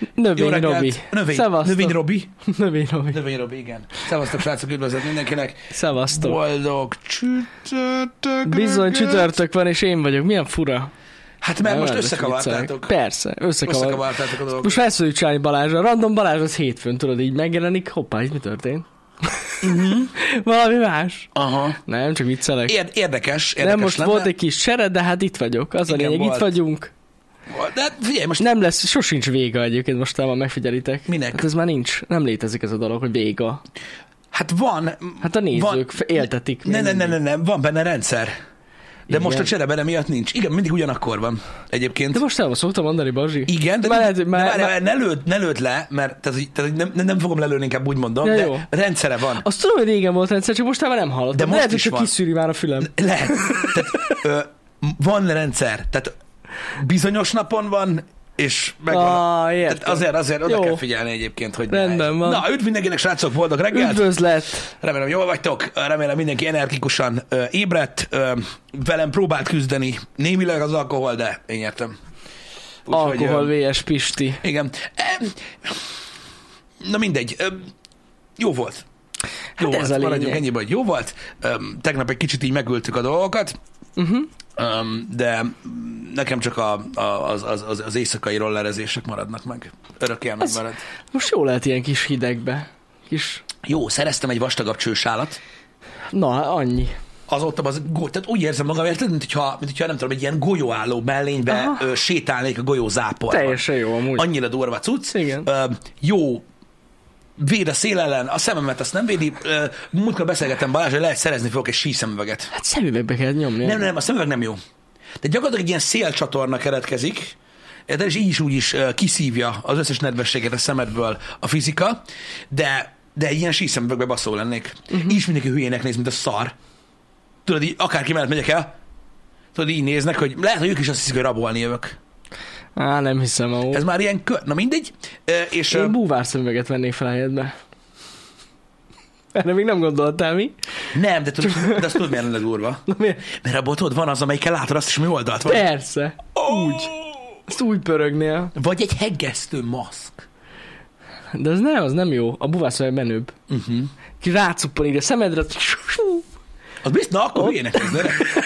Növény Robi. Növény Robi. Növény Robi, igen. Szevasztok, srácok, üdvözlet mindenkinek. Szevasztok. Boldog csütörtök. Bizony csütörtök van, és én vagyok. Milyen fura. Hát mert most összekavartátok. Persze, összekavartátok a dolgot. Most felszóljuk csinálni Balázsra. Random Balázs az hétfőn, tudod, így megjelenik. Hoppá, itt mi történt? Valami más. Aha. Nem, csak viccelek. Érdekes nem, most lenne. volt egy kis sered, de hát itt vagyok. Az igen, a lényeg, itt vagyunk. De figyelj, most... Nem lesz, sosincs vége egyébként, mostában megfigyelitek. Minek? Hát ez már nincs. Nem létezik ez a dolog, hogy véga. Hát van. Hát a nézők éltetik. Nem, van benne rendszer. De igen. most a cserebere miatt nincs. Igen, mindig ugyanakkor van egyébként. De most el szoktam mondani, Bazsi. Igen, de ne lőd le, mert tehát nem fogom lelőni, inkább úgy mondom, ja, de jó. Rendszere van. Azt tudom, hogy régen volt rendszer, csak mostában nem hallottam. De most lehet, is hogy van. Kiszűri már a fülem. Lehet. Tehát, van rendszer. Tehát bizonyos napon van, és megvan. Azért oda kell figyelni egyébként, hogy rendben van. Na, üdv mindenkinek, srácok, boldog reggelt! Üdvözlet! Remélem jól vagytok, remélem mindenki energikusan ébredt, velem próbált küzdeni némileg az alkohol, de én nyertem. Alkohol VS Pisti. Igen. Na mindegy, jó volt. Jó hát volt, maradjunk ennyibe, hogy jó volt. Tegnap egy kicsit így megültük a dolgokat, de nekem csak az éjszakai rollerezések maradnak meg. Örökké megmarad. Most jó lehet ilyen kis hidegbe. Jó, szereztem egy vastagabb csősálat. Na, annyi. Azóta tehát úgy érzem magam, mint hogyha nem tudom, egy ilyen golyóálló mellénybe sétálnék a golyó záporban. Teljesen jó amúgy. Annyira durva cucc. Igen. Jó, véd a szél ellen, a szememet azt nem védi. Múltkor beszélgettem Balázs, hogy lehet szerezni fogok egy síszemüveget. Hát szemüvegbe kell nyomni. Nem, a szemüveg nem jó. De gyakorlatilag egy ilyen szélcsatorna keretkezik, de is így is úgy is kiszívja az összes nedvességet a szemedből a fizika, de egy ilyen síszemüvegbe baszó lennék. Így mindenki hülyének néz, mint a szar. Tudod, így akárki mellett megyek el, tudod, így néznek, hogy lehet, hogy ők is azt hiszik, hogy rabolni jövök. Nem hiszem, ahol. Ez már ilyen na mindegy. És én búvár szemüveget vennék fel helyedbe. Erre még nem gondoltál, mi? Nem, de azt tudod, milyen lenne durva. Mert abból tudod, van az, amelyikkel látod azt is, mi oldalt van. Persze. Úgy. Ezt úgy pörögnél. Vagy egy heggesztő maszk. De az nem jó. A búvár szemüveg menőbb. Ki rácuppon így a szemedre. Az biztos, na akkor hülyének nézni.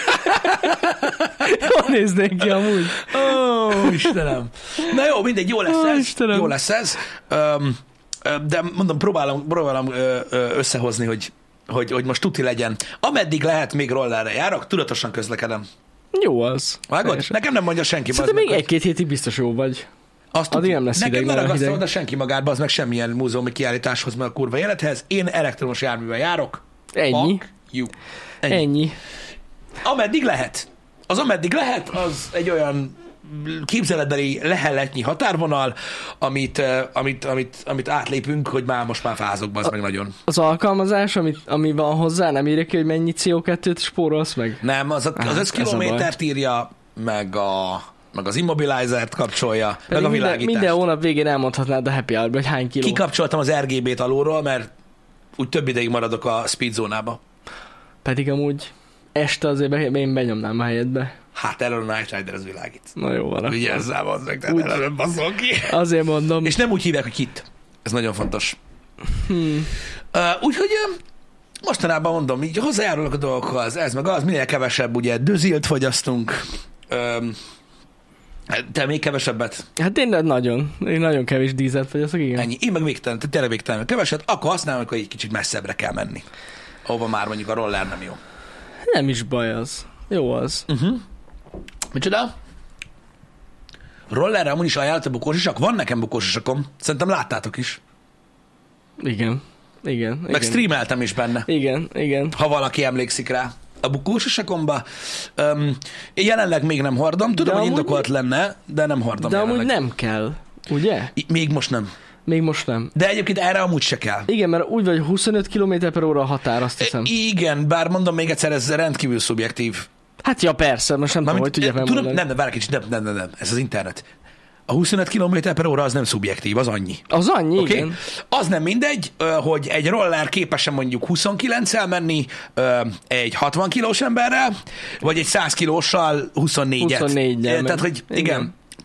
Jól néznék ki amúgy. Istenem. Na jó, mindegy, jó lesz ez. Istenem. Jó lesz ez. De mondom, próbálom összehozni, hogy most tuti legyen. Ameddig lehet, még rollerre járok, tudatosan közlekedem. Jó az. Vágod? Nekem nem mondja senki. Szerintem még egy-két hétig biztos jó vagy. Addig nem lesz nekem ne ragasztod oda senki magádba, az meg semmilyen múzeumi kiállításhoz, meg a kurva élethez. Én elektromos járművel járok. Ennyi. Ennyi. Ameddig lehet. Ameddig lehet, az egy olyan képzeletbeli leheletnyi határvonal, amit átlépünk, hogy most már fázok, az meg nagyon. Az alkalmazás, ami van hozzá, nem írja ki, hogy mennyi CO2-t spórolsz meg? Nem, az 5 kilométert írja, meg az immobilizert kapcsolja, pedig meg a világítást. Minden hónap végén elmondhatnád a happy hour-ba, hogy hány kiló. Kikapcsoltam az RGB-t alulról, mert úgy több ideig maradok a speed zónába. Pedig amúgy este azért én benyomnám a helyedbe. Hát elől a Night Rider az világít. Na jó van. Vigyázzál, az meg, tehát elől baszol ki. Azért mondom. És nem úgy hívják, hogy kit. Ez nagyon fontos. Úgyhogy mostanában mondom, így hozzájárulok a dolgokhoz, ez meg az, minél kevesebb, ugye, dözilt fogyasztunk. Te még kevesebbet? Hát én nagyon kevés dízelt fogyasztok, igen. Ennyi. Én meg végtelen, tényleg végtelen keveset, akkor használom, amikor egy kicsit messzebbre kell menni. Ahova már mondjuk a roller nem jó. Nem is baj az. Jó az. Micsoda? Rollerre amúgy is ajánlott a bukósisak? Van nekem bukósisakom. Szerintem láttátok is. Igen. Meg streameltem is benne. Igen. Ha valaki emlékszik rá. A bukósisakomba. Én jelenleg még nem hordom. Tudom, hogy indokolt lenne, de nem hordom de jelenleg. amúgy nem kell, ugye? Még most nem. De egyébként erre amúgy se kell. Igen, mert úgy vagy 25 km/h a határ, azt hiszem. Igen, bár mondom még egyszer, ez rendkívül szubjektív. Hát ja, persze, most nem tudom, hogy tudják megmondani. Nem, várj kicsit, nem, ez az internet. A 25 km/h az nem szubjektív, az annyi. Az annyi, okay? igen. Az nem mindegy, hogy egy roller képes mondjuk 29-el menni egy 60 kilós emberrel, vagy egy 100 kilóssal 24-et. 24-el. Tehát, hogy igen.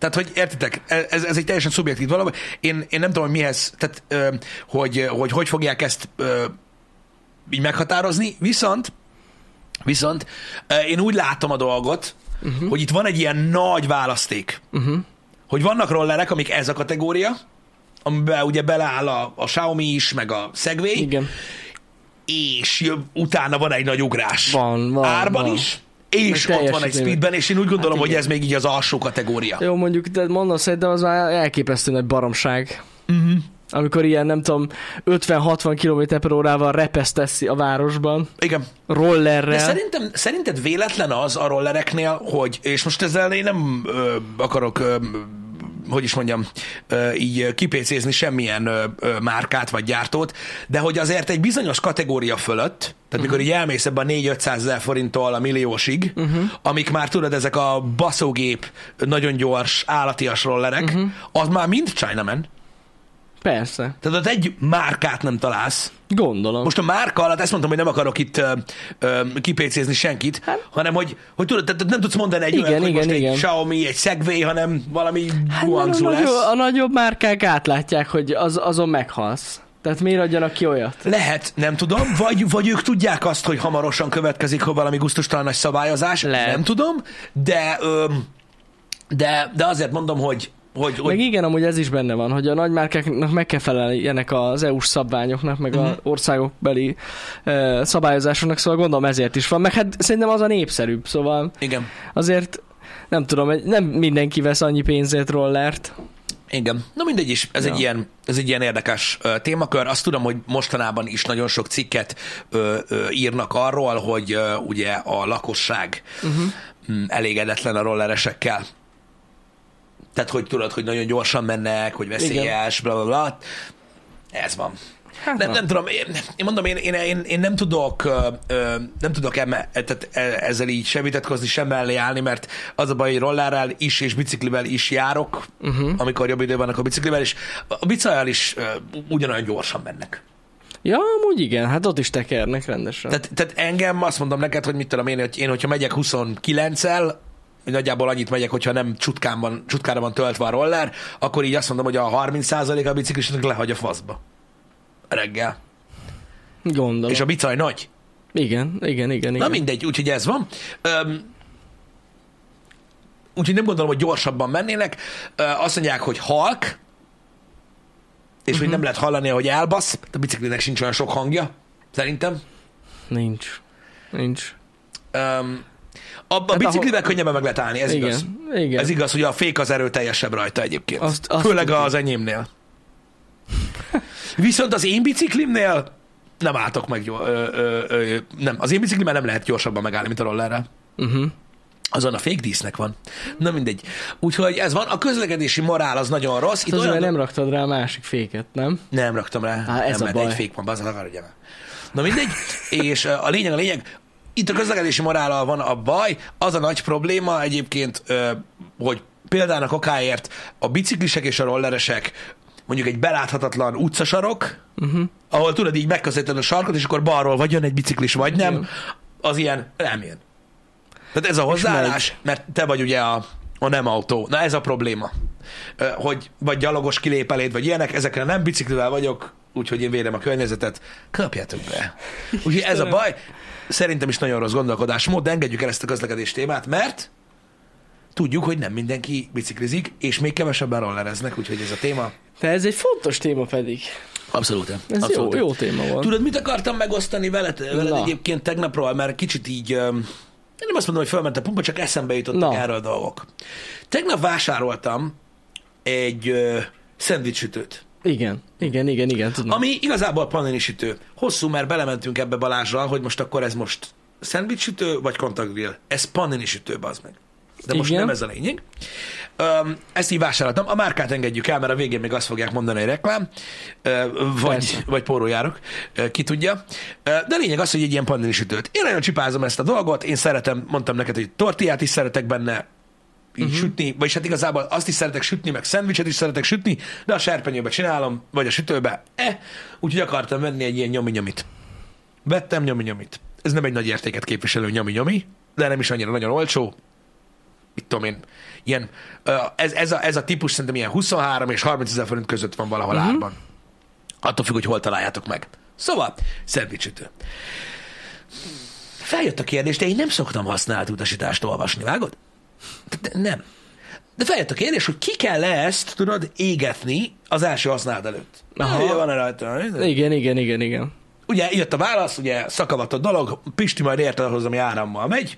Tehát, hogy értitek, ez egy teljesen szubjektív valami. Én nem tudom, hogy mihez, tehát, hogy fogják ezt így meghatározni, viszont én úgy látom a dolgot, hogy itt van egy ilyen nagy választék. Hogy vannak rollerek, amik ez a kategória, amiben ugye beleáll a Xiaomi is, meg a Segway, Igen. és utána van egy nagy ugrás. Van, árban van. is, és ott van egy speedben, és én úgy gondolom, hogy ez még így az alsó kategória. Jó, mondjuk, de mondom, szerintem az már elképesztő nagy baromság. Amikor ilyen, nem tudom, 50-60 km/h-val repesztesz a városban. Igen. Rollerrel. De szerinted véletlen az a rollereknél, hogy, és most ezzel én nem akarok, hogy is mondjam, így kipécézni semmilyen márkát vagy gyártót, de hogy azért egy bizonyos kategória fölött, tehát mikor így elmész ebbe a 4-500 ezer forinttól a milliósig, amik már tudod, ezek a baszógép, nagyon gyors, állatias rollerek, az már mind Chinaman. Persze. Tehát ott egy márkát nem találsz. Gondolom. Most a márka alatt ezt mondtam, hogy nem akarok itt kipécézni senkit, hanem hogy tudod, tehát nem tudsz mondani egy olyan, hogy most egy Xiaomi, egy Segway, hanem valami guangzó lesz. A nagyobb márkák átlátják, hogy azon meghalsz. Tehát miért adjanak ki olyat? Lehet, nem tudom, vagy ők tudják azt, hogy hamarosan következik valami gusztustalan nagy szabályozás, nem tudom, de azért mondom, hogy meg igen, amúgy ez is benne van, hogy a nagymárkáknak meg kell feleljenek az EU-s szabványoknak, meg az országokbeli szabályozásoknak, szóval gondolom ezért is van. Meg hát szerintem az a népszerűbb, szóval igen. Azért nem tudom, nem mindenki vesz annyi pénzért rollert. Igen. Na mindegy is, ez egy ilyen érdekes témakör. Azt tudom, hogy mostanában is nagyon sok cikket írnak arról, hogy ugye a lakosság elégedetlen a rolleresekkel. Tehát, hogy tudod, hogy nagyon gyorsan mennek, hogy veszélyes, bla bla bla. Ez van. Hát nem tudom, én mondom, én nem tudok ezzel így sem vitatkozni, sem mellé állni, mert az a baj, hogy rollerrel is és biciklivel is járok, amikor jobb idő van, akkor biciklivel, és a bicajjal is ugyanolyan gyorsan mennek. Ja, amúgy igen, hát ott is tekernek rendesen. Tehát engem azt mondom neked, hogy mit tudom én, hogyha megyek 29-el, nagyjából annyit megyek, hogyha nem csutkára van töltve a roller, akkor így azt mondom, hogy a 30% a biciklisnek lehagy a faszba. Reggel. Gondolom. És a bicaj nagy. Igen. Na mindegy, úgyhogy ez van. Úgyhogy nem gondolom, hogy gyorsabban mennének. Azt mondják, hogy halk, és hogy nem lehet hallani, hogy elbasz. A biciklinek sincs olyan sok hangja, szerintem. Nincs. A biciklivel könnyebben meg lehet állni, ez igaz. Igen. Ez igaz, hogy a fék az erőteljesebb rajta egyébként. Azt főleg az enyémnél. Viszont az én biciklimnél nem álltok meg nem. Az én biciklimnél nem lehet gyorsabban megállni, mint a rollerrel. Azon a fékdísznek van. Na mindegy. Úgyhogy ez van. A közlekedési morál az nagyon rossz. Itt olyan... nem raktad rá a másik féket, nem? Nem raktam rá. Ez nem, a baj. Egy fék van, bazdmeg, akarodjam el. Na mindegy. És a lényeg, itt a közlekedési morállal van a baj. Az a nagy probléma egyébként, hogy példának okáért a biciklisek és a rolleresek mondjuk egy beláthatatlan utcasarok, ahol tudod, így megközelíted a sarkot, és akkor balról vagy jön egy biciklis, vagy nem, az ilyen nem jön. Tehát ez a hozzáállás, mert te vagy ugye a nem autó. Na ez a probléma. Hogy vagy gyalogos kilép eléd, vagy ilyenek, ezekre nem biciklivel vagyok, úgyhogy én védem a környezetet. Kapjátok be. Úgyhogy ez a baj. Szerintem is nagyon rossz gondolkodásmód, de engedjük el ezt a közlekedés témát, mert tudjuk, hogy nem mindenki biciklizik, és még kevesebben rollereznek, úgyhogy ez a téma. De ez egy fontos téma pedig. Abszolút. Ez abszolút. Jó téma volt. Tudod, mit akartam megosztani veled egyébként tegnapról, mert kicsit így, én nem azt mondom, hogy fölment a pumpa, csak eszembe jutottak erről a dolgok. Tegnap vásároltam egy szendvicssütőt. Igen, tudom. Ami igazából panini sütő. Hosszú, mert belementünk ebbe Balázsral, hogy most akkor ez most szendvicssütő, vagy kontaktgrill. Ez panini sütő, bazd meg. De most nem ez a lényeg. Ezt így vásároltam. A márkát engedjük el, mert a végén még azt fogják mondani, hogy reklám, vagy pórójárok, ki tudja. De a lényeg az, hogy egy ilyen panini sütőt. Én nagyon csipázom ezt a dolgot, én szeretem, mondtam neked, hogy tortillát is szeretek benne így sütni, vagyis hát igazából azt is szeretek sütni, meg szendvicset is szeretek sütni, de a serpenyőbe csinálom, vagy a sütőbe. Úgyhogy akartam venni egy ilyen nyomi-nyomit. Vettem nyomi-nyomit. Ez nem egy nagy értéket képviselő nyomi-nyomi, de nem is annyira nagyon olcsó. mit tudom én, ilyen, ez a típus szerintem ilyen 23 és 30 000 forint között van valahol árban. Attól függ, hogy hol találjátok meg. Szóval, szendvicsütő. Feljött a kérdés, de én nem szoktam használt utasítást olvasni, vágod? Nem. De feljött a kérdés, hogy ki kell ezt, tudod, égetni az első használat előtt. Aha. Van-e rajta? Igen. Ugye jött a válasz, ugye szakavatott dolog, Pisti majd érted ahhoz, ami árammal megy.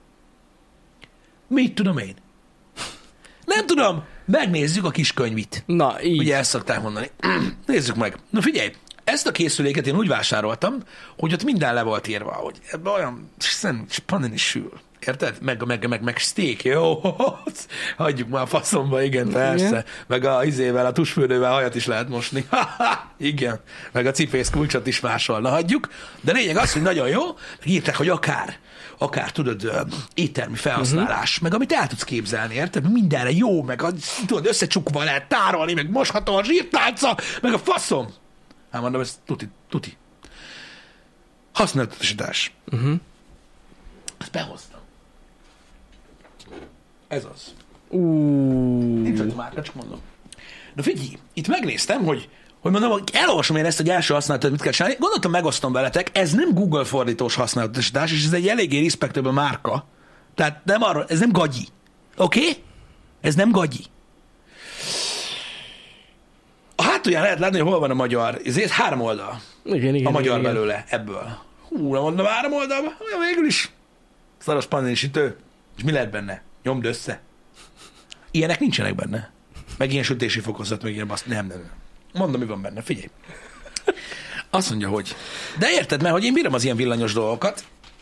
Mit tudom én? Nem tudom, megnézzük a kis könyvit. Na, így. Ugye ezt szokták mondani. Nézzük meg. Na figyelj, ezt a készüléket én úgy vásároltam, hogy ott minden le volt írva, hogy ebben olyan panini sül. Érted? Meg steak, jó? Hagyjuk már a faszomba, igen, persze. Igen. Meg a izével, a tusfürdővel hajat is lehet mosni. Igen. Meg a cipész kulcsot is másolna, hagyjuk. De lényeg az, hogy nagyon jó. Írták, hogy akár tudod, éttermi felhasználás, meg amit el tudsz képzelni, érted? Mindenre jó, meg tudod, összecsukva lehet tárolni, meg mosható a zsírtálca, meg a faszom. Hát mondom, ez tuti. Használatos. Ezt behoztam. Ez az. Nincs ott márka, csak mondom. De figyelj, itt megnéztem, hogy mondom, hogy elolvasom én ezt, hogy első használatot mit kell csinálni. Gondoltam, megosztom veletek, ez nem Google fordítós használatosítás, és ez egy eléggé respectable márka. Tehát nem arra, ez nem gagyi. Oké? Okay? Ez nem gagyi. A hátulján lehet látni, hogy hol van a magyar. Ez 3 oldal. Igen, a magyar igen. belőle ebből. Nem mondom 3 oldalba. Végül is. Szaros panélisítő. És mi lehet benne? Nyomd össze. Ilyenek nincsenek benne. Meg ilyen sütési fokozat, meg ilyen nem. Mondom, mi van benne. Figyelj. Azt mondja, hogy... De érted, mert hogy én bírom az ilyen villanyos dolgokat.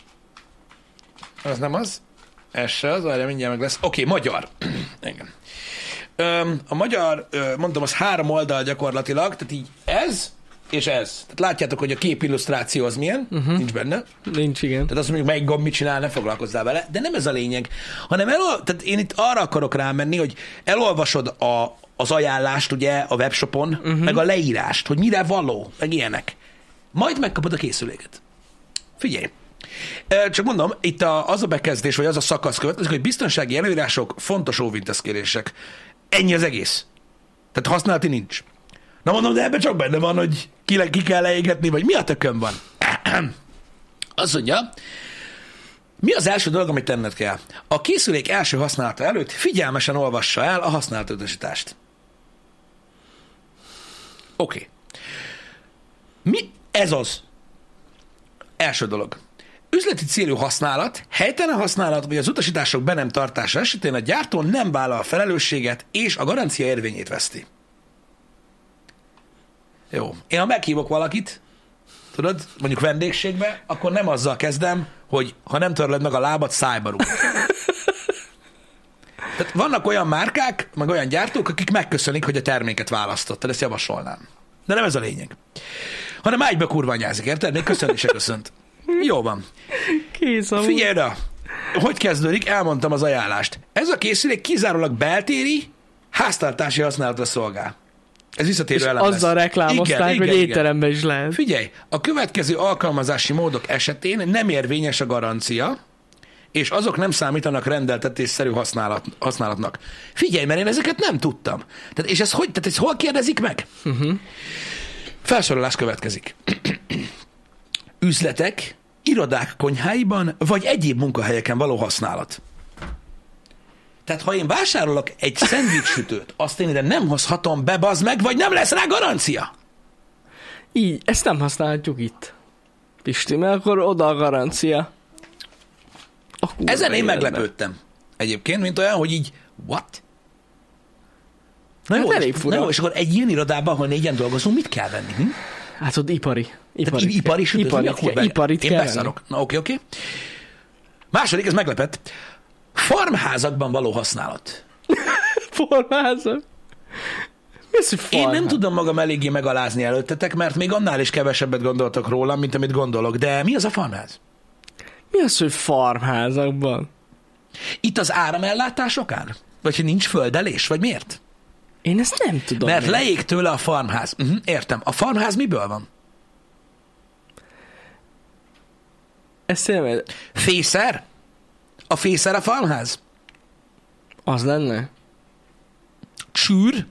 Az nem az. Ez se az, várjál, mindjárt meg lesz. Oké, magyar. Igen. A magyar, mondtam, az 3 oldal gyakorlatilag, tehát így ez és ez. Tehát látjátok, hogy a képillusztráció az milyen, nincs benne. Nincs, igen. Tehát azt mondjuk, melyik gomb mit csinál, ne foglalkozzál vele, de nem ez a lényeg, hanem tehát én itt arra akarok rámenni, hogy elolvasod az ajánlást ugye a webshopon, meg a leírást, hogy mire való, meg ilyenek. Majd megkapod a készüléket. Figyelj. Csak mondom, itt az a bekezdés, vagy az a szakasz következik, hogy biztonsági előírások, fontos óvintézkedések. Ennyi az egész. Tehát használati nincs. Na mondom, de ebben csak benne van, hogy ki kell leégetni, vagy mi a tökön van. Azt mondja, mi az első dolog, amit tenned kell? A készülék első használata előtt figyelmesen olvassa el a használatutasítást. Oké. Mi? Ez az. Első dolog. Üzleti célú használat, helytelen használat, vagy az utasítások be nem tartása esetén a gyártó nem vállal a felelősséget, és a garancia érvényét veszti. Jó. Én ha meghívok valakit, tudod, mondjuk vendégségbe, akkor nem azzal kezdem, hogy ha nem törlöd meg a lábad, szájba rúg. Tehát vannak olyan márkák, meg olyan gyártók, akik megköszönik, hogy a terméket választottad, ezt javasolnám. De nem ez a lényeg. Hanem állj be kurva anyázik, érted? Még köszönni se köszönt. Jó van. Kész amúgy. Figyelj rá, hogy kezdődik, elmondtam az ajánlást. Ez a készülék kizárólag beltéri, háztartási használatra szolgál. Ez visszatérő elem lesz. Azzal reklámozták, hogy étteremben is lehet. Figyelj, a következő alkalmazási módok esetén nem érvényes a garancia, és azok nem számítanak rendeltetésszerű használatnak. Figyelj, mert én ezeket nem tudtam. Tehát, és ez hol kérdezik meg? Felsorolás következik. Üzletek, irodák konyháiban, vagy egyéb munkahelyeken való használat. Tehát, ha én vásárolok egy szendvicssütőt, azt én ide nem hozhatom be, bazd meg, vagy nem lesz rá garancia. Így, ezt nem használhatjuk itt. Pisti, mert akkor oda a garancia. Ezen én meglepődtem. Egyébként, mint olyan, hogy így, what? Na hát jó, elég fura. Na jó, és akkor egy ilyen irodában, ahol 4-en dolgozunk, mit kell venni? Hát ott ipari. Ipari sütő? Iparit én kell beszarok. Na oké. Második, ez meglepett. Farmházakban való használat. Farmházak? Mi az, hogy farmház? Én nem tudom magam eléggé megalázni előttetek, mert még annál is kevesebbet gondoltak rólam, mint amit gondolok. De mi az a farmház? Mi az, hogy farmházakban? Itt az áramellátásokán? Vagy hogy nincs földelés? Vagy miért? Én ezt nem tudom. Mert leég tőle a farmház. Értem. A farmház miből van? Ez tényleg... Fészer? A fészer a farmház? Az lenne? Csűr.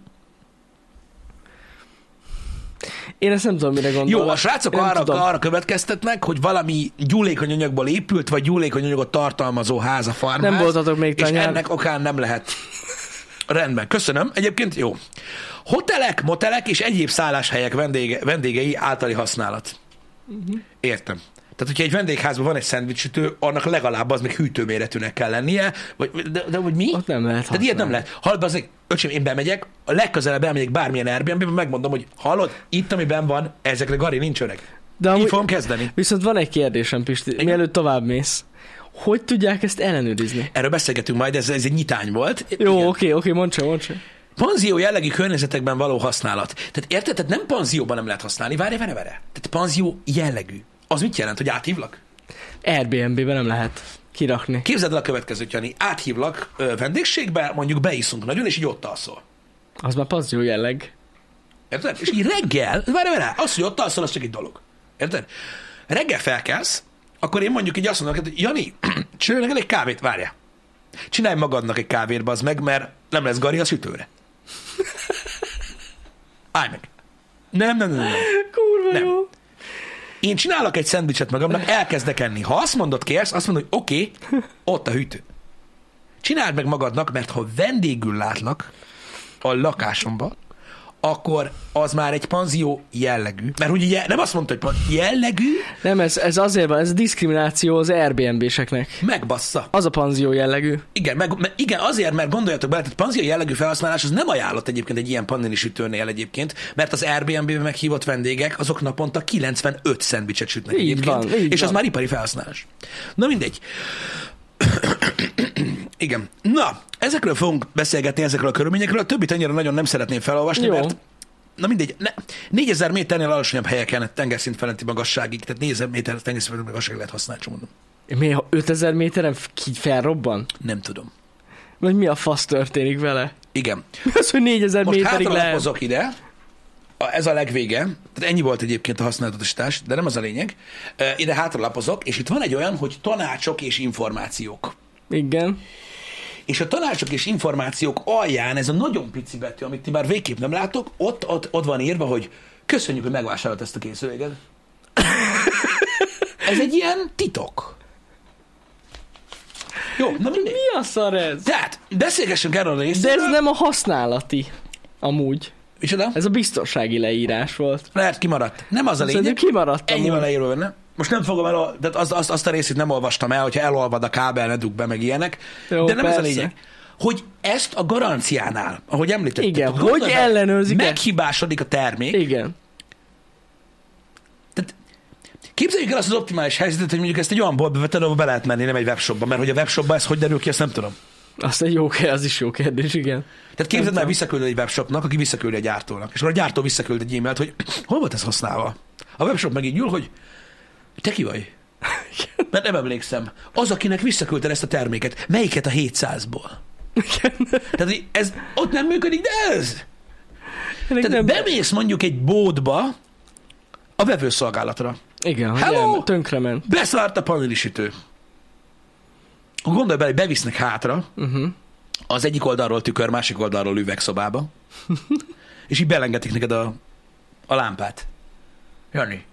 Én ezt nem tudom, mire gondolok. Jó, a srácok arra következtetnek, hogy valami gyúlékony anyagból épült, vagy gyúlékony anyagot tartalmazó ház a farmház. Nem voltatok még és tanyán. ennek okán nem lehet. Rendben, köszönöm. Egyébként jó. Hotelek, motelek és egyéb szálláshelyek vendégei általi használat. Értem. Tehát, hogyha egy vendégházban van egy szendvicsütő, annak legalább az még hűtőméretűnek kell lennie, de vagy mi? Ott nem lehet Tehát ilyet nem lehet. Hallod, az, öcsém, én bemegyek, a legközelebb elmegyek bármilyen Airbnb-ben, megmondom, hogy hallod, itt, amiben van, ezekre Gari nincs öreg. De Így fogom kezdeni. Viszont van egy kérdésem, Pisti, mielőtt tovább mész. Hogy tudják ezt ellenőrizni? Erről beszélgetünk majd, ez egy nyitány volt. Jó, oké, mondd csak. Panzió jellegű környezetekben való használat. Tehát érted? Tehát nem panzióban nem lehet használni. Várj. Tehát panzió jellegű. Az mit jelent, hogy áthívlak? Airbnb-ben nem lehet kirakni. Képzeld el a következőt, Jani. Áthívlak vendégségbe, mondjuk beiszunk nagyon, és így ott alszol. Az már panzió jelleg. Érted? És így reggel, várj, az, hogy ott alszol, az csak egy dolog. Érted? Reggel felkelsz, akkor én mondjuk így azt mondom, hogy Jani, csinálj neked egy kávét, várjál. Csinálj magadnak egy kávét, bazd meg, mert nem lesz Gari a sütőre. Állj meg. Nem. Kurva Nem. jó. Én csinálok egy szendvicset magamnak, elkezdek enni. Ha azt mondod, kérsz, azt mondod, hogy oké, ott a hűtő. Csináld meg magadnak, mert ha vendégül látlak a lakásomba, akkor az már egy panzió jellegű. Mert ugye nem azt mondta, hogy jellegű. Nem, ez azért van, ez a diszkrimináció az Airbnb-seknek. Megbassza. Az a panzió jellegű. Igen, igen, azért, mert gondoljatok bele, hogy panzió jellegű felhasználás az nem ajánlott egyébként egy ilyen panini sütőnél egyébként, mert az Airbnb-ben meghívott vendégek, azok naponta 95 szendvicset sütnek így egyébként. Van, és az van. már ipari felhasználás. Na mindegy. Igen. Na, ezekről fogunk beszélgetni, ezekről a körülményekről. A többit annyira nagyon nem szeretném felolvasni, Jó. mert na mindegy, 4000 méternél alacsonyabb helyeken tengerszint feletti magasságig, tehát 4000 méter tengerszint feletti magasságig lehet használni, csak mondom. Mi, ha 5000 méteren felrobban? Nem tudom. Vagy mi a fasz történik vele? Igen. Az, hogy 4000 Most méterig lehet. hátralapozok ide, ez a legvége, tehát ennyi volt egyébként a használatosítás, de nem az a lényeg. Ide hátralapozok, és itt van egy olyan, hogy tanácsok és információk. Igen. És a tanácsok és információk alján ez a nagyon pici betű, amit ti már végképp nem látok, ott van írva, hogy köszönjük, hogy megvásárolt ezt a készüléket. Ez egy ilyen titok. Jó, na mindegy. Mi a szar ez? Tehát, beszélgessünk erről a De részről. ez nem a használati. Amúgy. Micsoda? Ez a biztonsági leírás volt. Lehet kimaradt. Nem az a lényeg. Szerintem kimaradt Ennyi van amúgy. leírva benne. Most nem fogom de azt a részét nem olvastam el, hogyha elolvad a kábel, ne dugd be, meg ilyenek. Jó, de nem ez a persze. lényeg. Hogy ezt a garanciánál, ahogy említettem, Igen, hogy ellenőrzik ezt? meghibásodik a termék. Igen. Tehát képzeljük el azt az optimális helyzetet, hogy mondjuk ezt egy olyan boltba veted, ahol be lehet menni, nem egy webshopba, mert hogy a webshopba ez hogy derül ki, azt nem tudom. Az is jó kérdés, igen. Tehát képzeld már, visszaküldöd egy webshopnak, aki visszaküldi a gyártónak. És akkor a gyártó visszaküld egy e-mailt, hogy hol volt ez használva? A webshop meg így nyúl, hogy te ki vagy? Mert nem emlékszem. Az, akinek visszaküldted ezt a terméket, melyiket a 700-ból? Tehát hogy ez ott nem működik, de ez. Tehát nem... bemész mondjuk egy bódba a vevőszolgálatra. Igen, hogy Hello! tönkrement. Beszart a panilisütő. Gondolj bele, hogy bevisznek hátra, az egyik oldalról tükör, másik oldalról üvegszobába, és így belengetik neked a lámpát. Jani,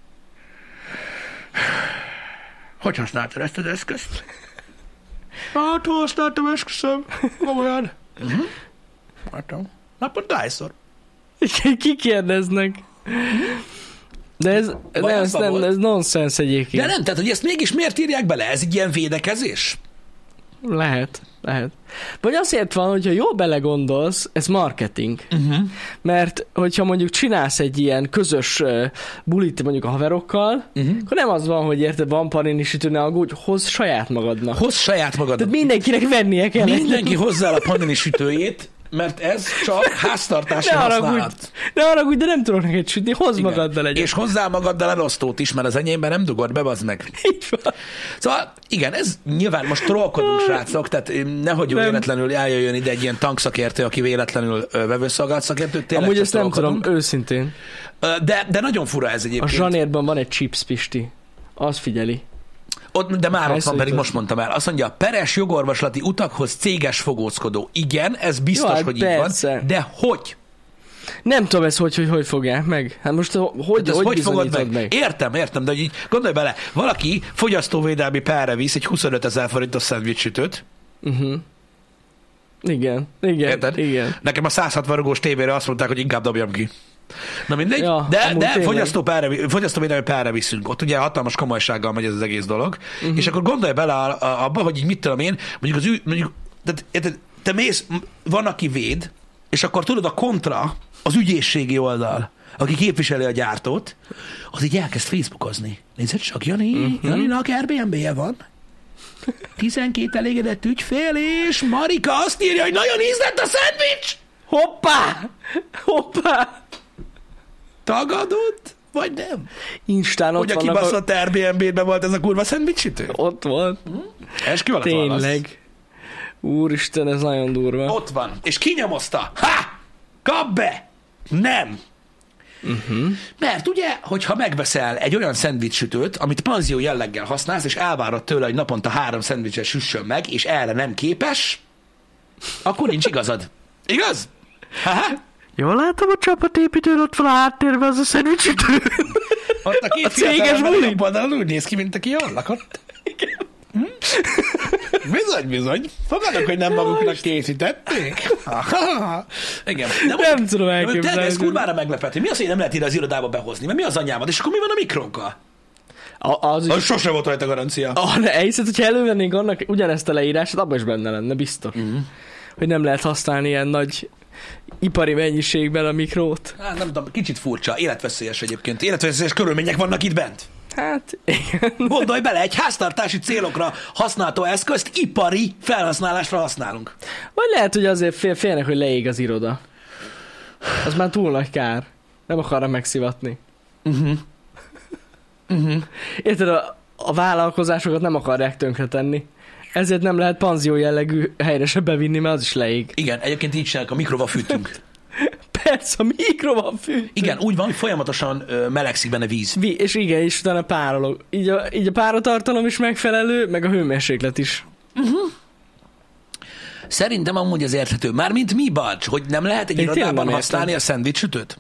hogy használtad ezt az eszközt? Hát, használtam eszközöm. Komolyan. Látom. Napot tájszor. Kikérdeznek. De ez nonsens egyébként. De nem, tehát, hogy ezt mégis miért írják bele? Ez egy ilyen védekezés? Lehet. Vagy azért van, hogyha jól belegondolsz, ez marketing. Mert hogyha mondjuk csinálsz egy ilyen közös bulit mondjuk a haverokkal, akkor nem az van, hogy érted, van panini sütő, ne aggódj, hozz saját magadnak. Hozz saját magadnak. Tehát mindenkinek vennie kell. Mindenki hozzá a panini sütőjét, mert ez csak háztartási használat. Ne haragudj, de nem tudok neked sütni, hozz magaddal egyet. És hozzá magaddal elosztót is, mert az enyémben nem dugod be, bazd meg. Így van. Szóval igen, ez nyilván most trollkodunk, srácok, tehát nehogy véletlenül eljöjjön ide egy ilyen tankszakértő, aki véletlenül vevőszolgálat szakértő. Amúgy ezt nem tudom, őszintén. De nagyon fura ez egyébként. A zsanérban van egy chips, Pisti. Az figyeli. De már ott van, Elszólítod. pedig most mondtam el. Azt mondja, peres jogorvoslati utakhoz céges fogózkodó. Igen, ez biztos, Jó, hát hogy persze. így van. De hogy? Nem tudom ezt, hogy fogják meg. Hát most hogy Fogod bizonyítod meg? Értem, de hogy így gondolj bele, valaki fogyasztóvédelmi perre visz egy 25 000 forintos szendvicssütőt. Igen. Érted? Igen. Nekem a 160 rugós tévére azt mondták, hogy inkább dobjam ki. Na mindegy, Ja, de amúgy tényleg. fogyasztóvédelmi perre viszünk. Ott ugye hatalmas komolysággal megy ez az egész dolog. És akkor gondolj bele abba, hogy így mit tudom én, tehát, érted, te mész, van, aki véd, és akkor tudod, a kontra, az ügyészségi oldal, aki képviseli a gyártót, az így elkezd Facebookozni. Nézd csak, Janinak Airbnb-je van. 12 elégedett ügyfél, és Marika azt írja, hogy nagyon ízlett a szendvics! Hoppá! Tagadod? Vagy nem? Instán ott Hogy a vannak. kibaszott Airbnb-ben volt ez a kurva szendvicsütő? Ott van. Eskü alatt van az. Tényleg. Úristen, ez nagyon durva. Ott van. És kinyomozta. Ha! Kap be! Nem. Mert ugye, hogyha megveszel egy olyan szendvicssütőt, amit panzió jelleggel használsz, és elvárod tőle, hogy naponta 3 szendvicset süssön meg, és erre nem képes, akkor nincs igazad. Igaz? Ha-ha. Jól látom a csapatépítőn, ott van a háttérben az a szendvicsütő. Ott a két A céges fiatal buli. jobb oldalon úgy néz ki, mint aki jól lakott. Bizony. Fogadok, hogy nem maguknak készítették. Igen. Nem tudom elképzelni. Ez kurvára meglepett, hogy mi az, hogy nem lehet ide az irodába behozni, mert mi az anyámad, és akkor mi van a mikrónkkal? Az is. Az sose volt rajta garancia. Ne, elhiszed, hogyha elővennénk annak ugyanezt a leírását, abban is benne lenne, biztos. Hogy nem lehet használni ilyen nagy ipari mennyiségben a mikrót. Hát nem tudom, kicsit furcsa, életveszélyes egyébként. Életveszélyes körülmények vannak itt bent. Hát, igen. Gondolj bele, egy háztartási célokra használható eszközt ipari felhasználásra használunk. Vagy lehet, hogy azért félnek, hogy leég az iroda. Az már túl nagy kár. Nem akarra megszivatni. Érted, a vállalkozásokat nem akarják tönkretenni. Ezért nem lehet panzió jellegű helyre se bevinni, mert az is leég. Igen, egyébként így csináljuk, a mikrova fűtünk. Persze, a mikro van fű. Igen, úgy van, hogy folyamatosan melegszik benne víz. És igen, és utána párolog. Így a páratartalom is megfelelő, meg a hőmérséklet is. Szerintem amúgy az érthető. Mármint mi, Balcs, hogy nem lehet egy Én tényleg irodában nem használni értem. a szendvicsütőt?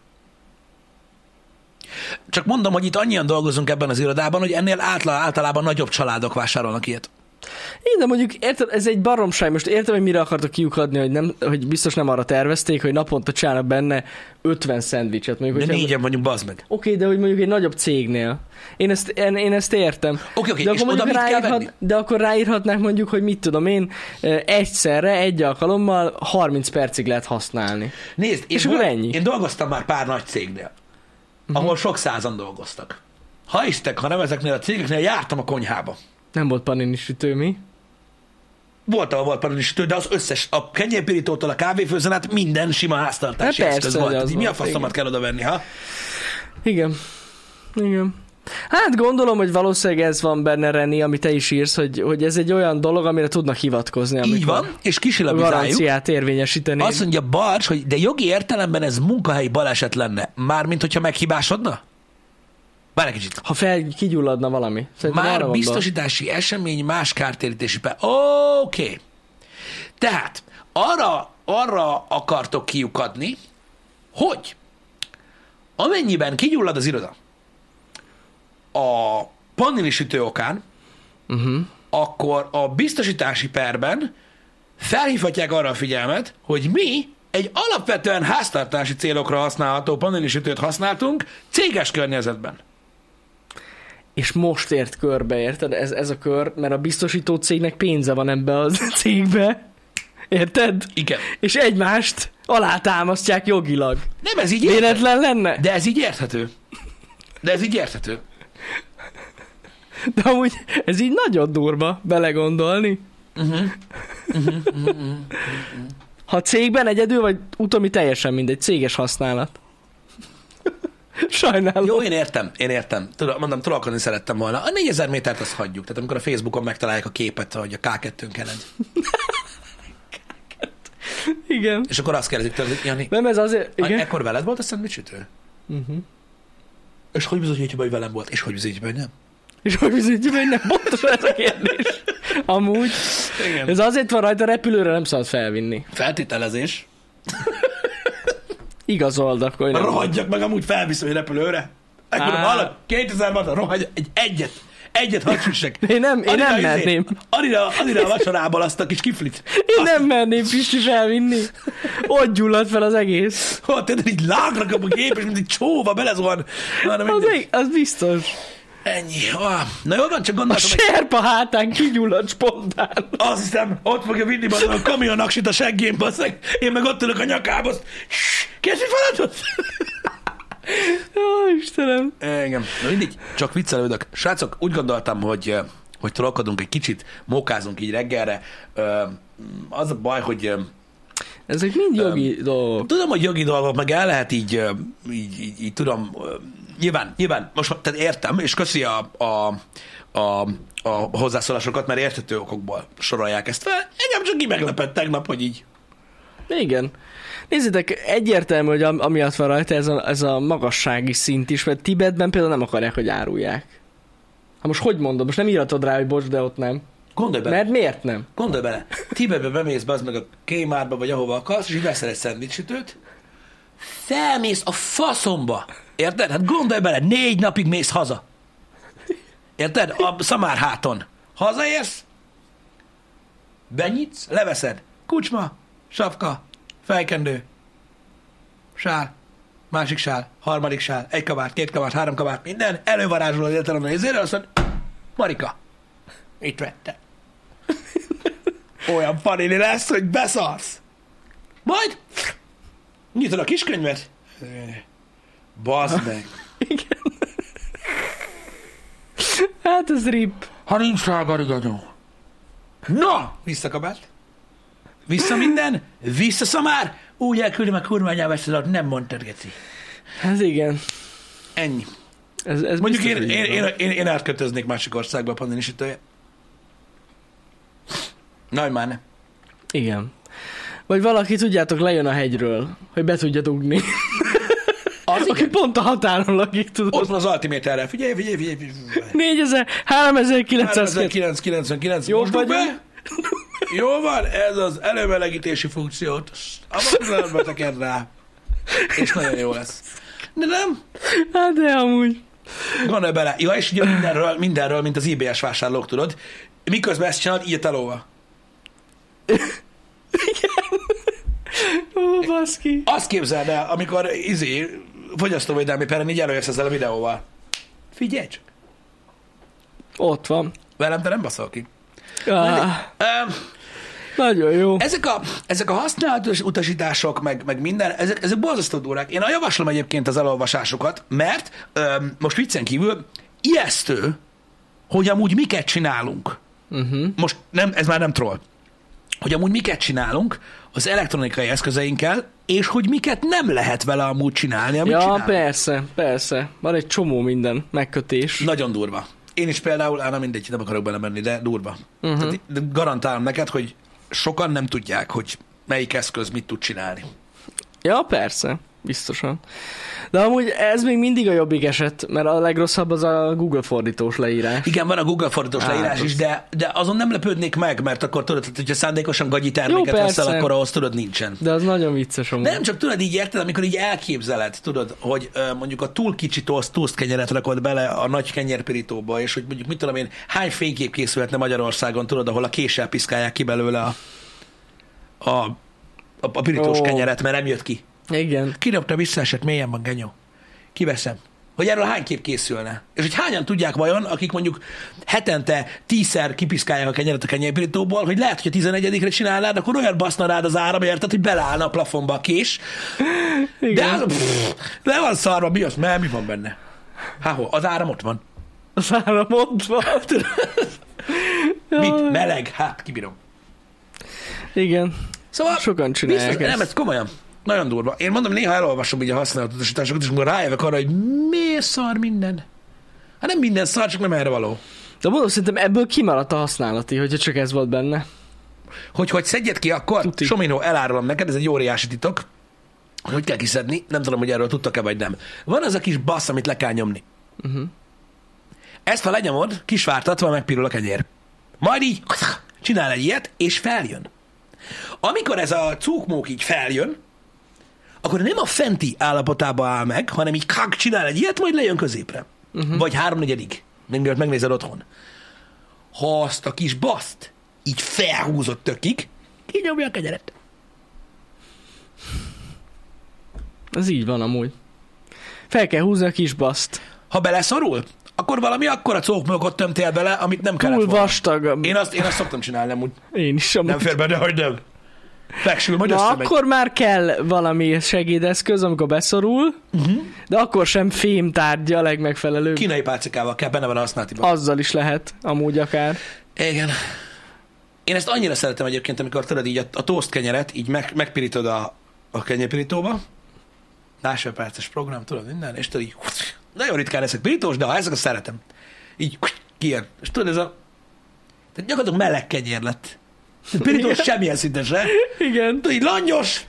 Csak mondom, hogy itt annyian dolgozunk ebben az irodában, hogy ennél általában nagyobb családok vásárolnak ilyet. Én, de mondjuk, érted, ez egy baromság. Most értem, hogy mire akartok kiukadni, hogy biztos nem arra tervezték, hogy naponta csinálnak benne 50 szendvicset. Mondjuk, De hogyha- 4-en vagyunk, bazd meg. Oké, de hogy mondjuk egy nagyobb cégnél. Én ezt értem. Oké, de, és akkor oda mondjuk mit kell venni? de akkor ráírhatnák mondjuk, hogy mit tudom én, egyszerre, egy alkalommal 30 percig lehet használni. Nézd, És akkor ennyi. én dolgoztam már pár nagy cégnél, ahol sok százan dolgoztak. Ha hisztek, ha nem ezeknél a cégeknél, jártam a konyhába. Nem volt panini sütő, mi? Volt, ahol volt pananisütő, de az összes, a kenyérpirítótól a kávéfőzön át minden sima háztartási Hát persze, eszköz hogy volt. az Tehát így mi a volt, faszomat kell oda venni, ha? Igen. Hát gondolom, hogy valószínűleg ez van benne, Reni, amit te is írsz, hogy ez egy olyan dolog, amire tudnak hivatkozni. Így van, és A kisilabizáljuk. garanciát érvényesíteni. Azt mondja Barcs, hogy de jogi értelemben ez munkahelyi baleset lenne. Mármint, hogyha meghibásodna? Várj egy kicsit. Ha kigyulladna valami. Szerintem arra Már gondol. biztosítási esemény, más kártérítési Oké. Tehát arra akartok kiukadni, hogy amennyiben kigyullad az iroda a panini sütő okán, akkor a biztosítási perben felhívhatják arra a figyelmet, hogy mi egy alapvetően háztartási célokra használható panini sütőt használtunk céges környezetben. És most ért körbe, érted? Ez a kör, mert a biztosító cégnek pénze van ebbe a cégbe. Érted? Igen. És egymást alátámasztják jogilag. Nem, ez így érthető. Véletlen lenne? De ez így érthető. De amúgy ez így nagyon durva belegondolni. Ha cégben egyedül, vagy utomi teljesen mindegy, céges használat. Sajnálom. Jó, én értem. Mondom, trollkodni szerettem volna. A 4000 métert azt hagyjuk. Tehát amikor a Facebookon megtalálják a képet, hogy a K2-n keled. Igen. És akkor azt kérdezik tőle, Jani, Nem ez azért... Igen. ekkor veled volt a szendvicsütő? És hogy bizonyítja be, hogy velem volt? És hogy bizonyítja be, hogy nem? És megbizonyítjuk, hogy nem pontosan ez a kérdés. Amúgy. Igen. Ez azért van rajta, repülőre nem szabad felvinni. Feltételezés. Igazold, akkor nem. Rohadjak meg, amúgy felviszem egy repülőre. Ekkor hallod, 2000 watt, rohadj egyet hadd süssek. Én nem merném. Adira a vacsorából azt a kis kiflit. Én nem merném Pisti felvinni. Ott gyullad fel az egész. Tényleg így lágra kap a gép, és mint egy csóva belezuhan. Az biztos. Ennyi. Na jól van, csak A gondoltam, serpa hátán kigyullad spontán. azt hiszem, ott fogja vinni a kamionaksit a seggén, basszeg. Én meg ott ülök a nyakába, kész feladatot? Jó, Istenem. Igen. Na mindig, csak viccelődök. Srácok, úgy gondoltam, hogy trollkodunk egy kicsit, mókázunk így reggelre. Az a baj, hogy Ezek mind jogi dolgok. tudom, hogy jogi dolgok, meg el lehet így tudom, nyilván, most tehát értem, és köszi a hozzászólásokat, mert érthető okokból sorolják ezt fel. Engem csak így meglepett tegnap, hogy így. Igen. Nézzétek, egyértelmű, hogy amiatt van rajta ez a magassági szint is, mert Tibetben például nem akarják, hogy árulják. Hát most hogy mondom? Most nem írhatod rá, hogy bocs, de ott nem. Gondolj bele. Mert miért nem? Gondolj bele. Tibetbe bemész be az meg a Kmart-ba, vagy ahova akarsz, és így veszel egy szendvicsütőt, felmész a faszomba. Érted? Hát gondolj bele, 4 napig mész haza. Érted? A szamárháton. Hazaérsz, benyitsz, leveszed. Kucsma, sapka, fejkendő, sál, másik sál, harmadik sál, 1 kabát, 2 kabát, 3 kabát, minden, elővarázsolod értelemben nézére, azt mondod, Marika, itt vettem. Olyan panini lesz, hogy beszarsz. Majd nyitod a kiskönyvet. Bazd meg. Igen. Hát ez rip. Ha nincs rá gariganyó. Na! Vissza kabát. Vissza minden. Vissza szamár. Úgy elküldöm a kurványába ezt az nem mondtad, geci. Ez igen. Ennyi. Ez Mondjuk biztos, én átkötöznék másik országba a pandinisítője. Nagy már ne. Igen. Vagy valaki, tudjátok, lejön a hegyről, hogy be tudja dugni. Az aki pont a határon lakik, tudod. Ott van az Altiméterrel. Figyelj. 3999. Jó Most vagy be? Jó van, ez az előmelegítési funkciót. Abban a pillanatban tekerd rá. És nagyon jó lesz. De nem? Hát de amúgy. Gondolj bele. Ja, és ugye mindenről, mint az IBS vásárlók, tudod. Miközben ezt csinálod, így a telóval. Igen. Ó, baszki. Azt képzeld el, amikor fogyasztóvédelmi peren így előjössz ezzel a videóval. Figyelj csak. Ott van. Velem te nem baszol ki. Nagyon jó. Ezek a használatos utasítások, meg minden, ezek borzasztó durák. Én javaslom egyébként az elolvasásokat, mert most viccen kívül ijesztő, hogy amúgy miket csinálunk. Most ez már nem troll. Hogy amúgy miket csinálunk az elektronikai eszközeinkkel, és hogy miket nem lehet vele amúgy csinálni, amit csinálunk. Persze. Van egy csomó minden megkötés. Nagyon durva. Én is például, nem mindegy, nem akarok belemenni, de durva. Tehát, de garantálom neked, hogy sokan nem tudják, hogy melyik eszköz mit tud csinálni. Ja, persze. Biztosan. De amúgy ez még mindig a jobbik eset, mert a legrosszabb az a Google fordítós leírás. Igen, van a Google fordítós leírás is, de azon nem lepődnék meg, mert akkor tudod, hogyha szándékosan gagyi terméket veszel, akkor ahhoz tudod nincsen. De az nagyon vicces amúgy. De nem csak tudod, így érted, amikor így elképzeled, tudod, hogy mondjuk a túl kicsi toast kenyeret rakod bele a nagy kenyérpirítóba, és hogy mondjuk mit tudom én, hány fénykép készülhetne Magyarországon, tudod, ahol a késsel piszkálják ki belőle a pirítós kenyeret, mert nem jött ki. Igen. Kidobta, visszaesett, mélyen van, genyó. Kiveszem. Hogy erről hány kép készülne? És hogy hányan tudják vajon, akik mondjuk hetente 10-szer kipiszkálják a kenyeret a kenyérpirítóból, hogy lehet, hogy a 11-re csinálnád, akkor olyan baszna rád az áram, érted, hogy beleállna a plafonba a kés. Igen. De az, le van szarva, mi az? Mi van benne? Az áram ott van. Az áram ott van. Mit? Meleg? Hát, kibírom. Igen. Szóval sokan csinálják biztos, nem, ez komolyan. Nagyon durva. Én mondom, néha elolvasom így a használatutasításokat, és amikor rájövök arra, hogy miért szar minden. Hát nem minden szar, csak nem erre való. De mondom, szerintem ebből kimaradt a használati, hogyha csak ez volt benne. Hogy szedjed ki akkor, Tuti. Sominó, elárulom neked, ez egy óriási titok, hogy kell kiszedni, nem tudom, hogy erről tudtak-e vagy nem. Van az a kis bassz, amit le kell nyomni. Ezt, ha lenyomod, kisvártatva megpirul a kenyér. Majd így csinál egy ilyet, és feljön. Amikor ez a cukmók így feljön, akkor nem a fenti állapotába áll meg, hanem így csinál egy ilyet, majd lejön középre. Vagy 3/4-ig, mielőtt megnézed otthon. Ha azt a kis baszt így felhúzott tökig, kinyomja a kenyeret. Ez így van amúgy. Fel kell húzni a kis baszt. Ha beleszorul, akkor valami akkora cókmögöt tömtél bele, amit nem kellett Túl volna. vastag. Én azt szoktam csinálni, amúgy. Én is amúgy. Nem fér be, de hogy nem. Feksül, majd Na, összemegy. akkor már kell valami segédeszköz, amikor beszorul, de akkor sem fémtárgya a legmegfelelőbb. Kínai pálcikával kell, benne van a használatiban. Azzal is lehet, amúgy akár. Igen. Én ezt annyira szeretem egyébként, amikor tudod így a toast kenyeret, így megpirítod a kenyérpirítóba, másfél perces program, tudod minden, és tudod így, nagyon ritkán eszek pirítós, de ha ezek, azt szeretem. Így kijön. És tudod, ez a... Tehát gyakorlatilag meleg kenyér lett. Pirítós semmilyen szinten se. Igen. Tudod, így langyos.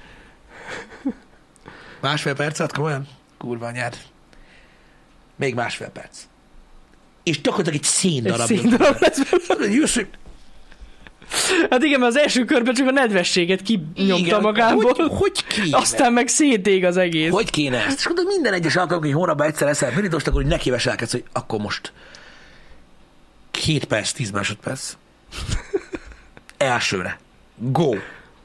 Másfél percet, komolyan? Kurva anyád. Még másfél perc. És gyakorlatilag egy széndarab. Egy széndarab lesz belőle. Jössz, Hát igen, mert az első körben csak a nedvességet kinyomta igen, magából. hogy kéne? Aztán meg szétég az egész. Hogy kéne ezt? És akkor minden egyes alkalommal, hogy hónapban egyszer eszel pirítost, akkor úgy nekiveselkedsz, hogy akkor most 2 perc, 10 másodperc. Elsőre. Go.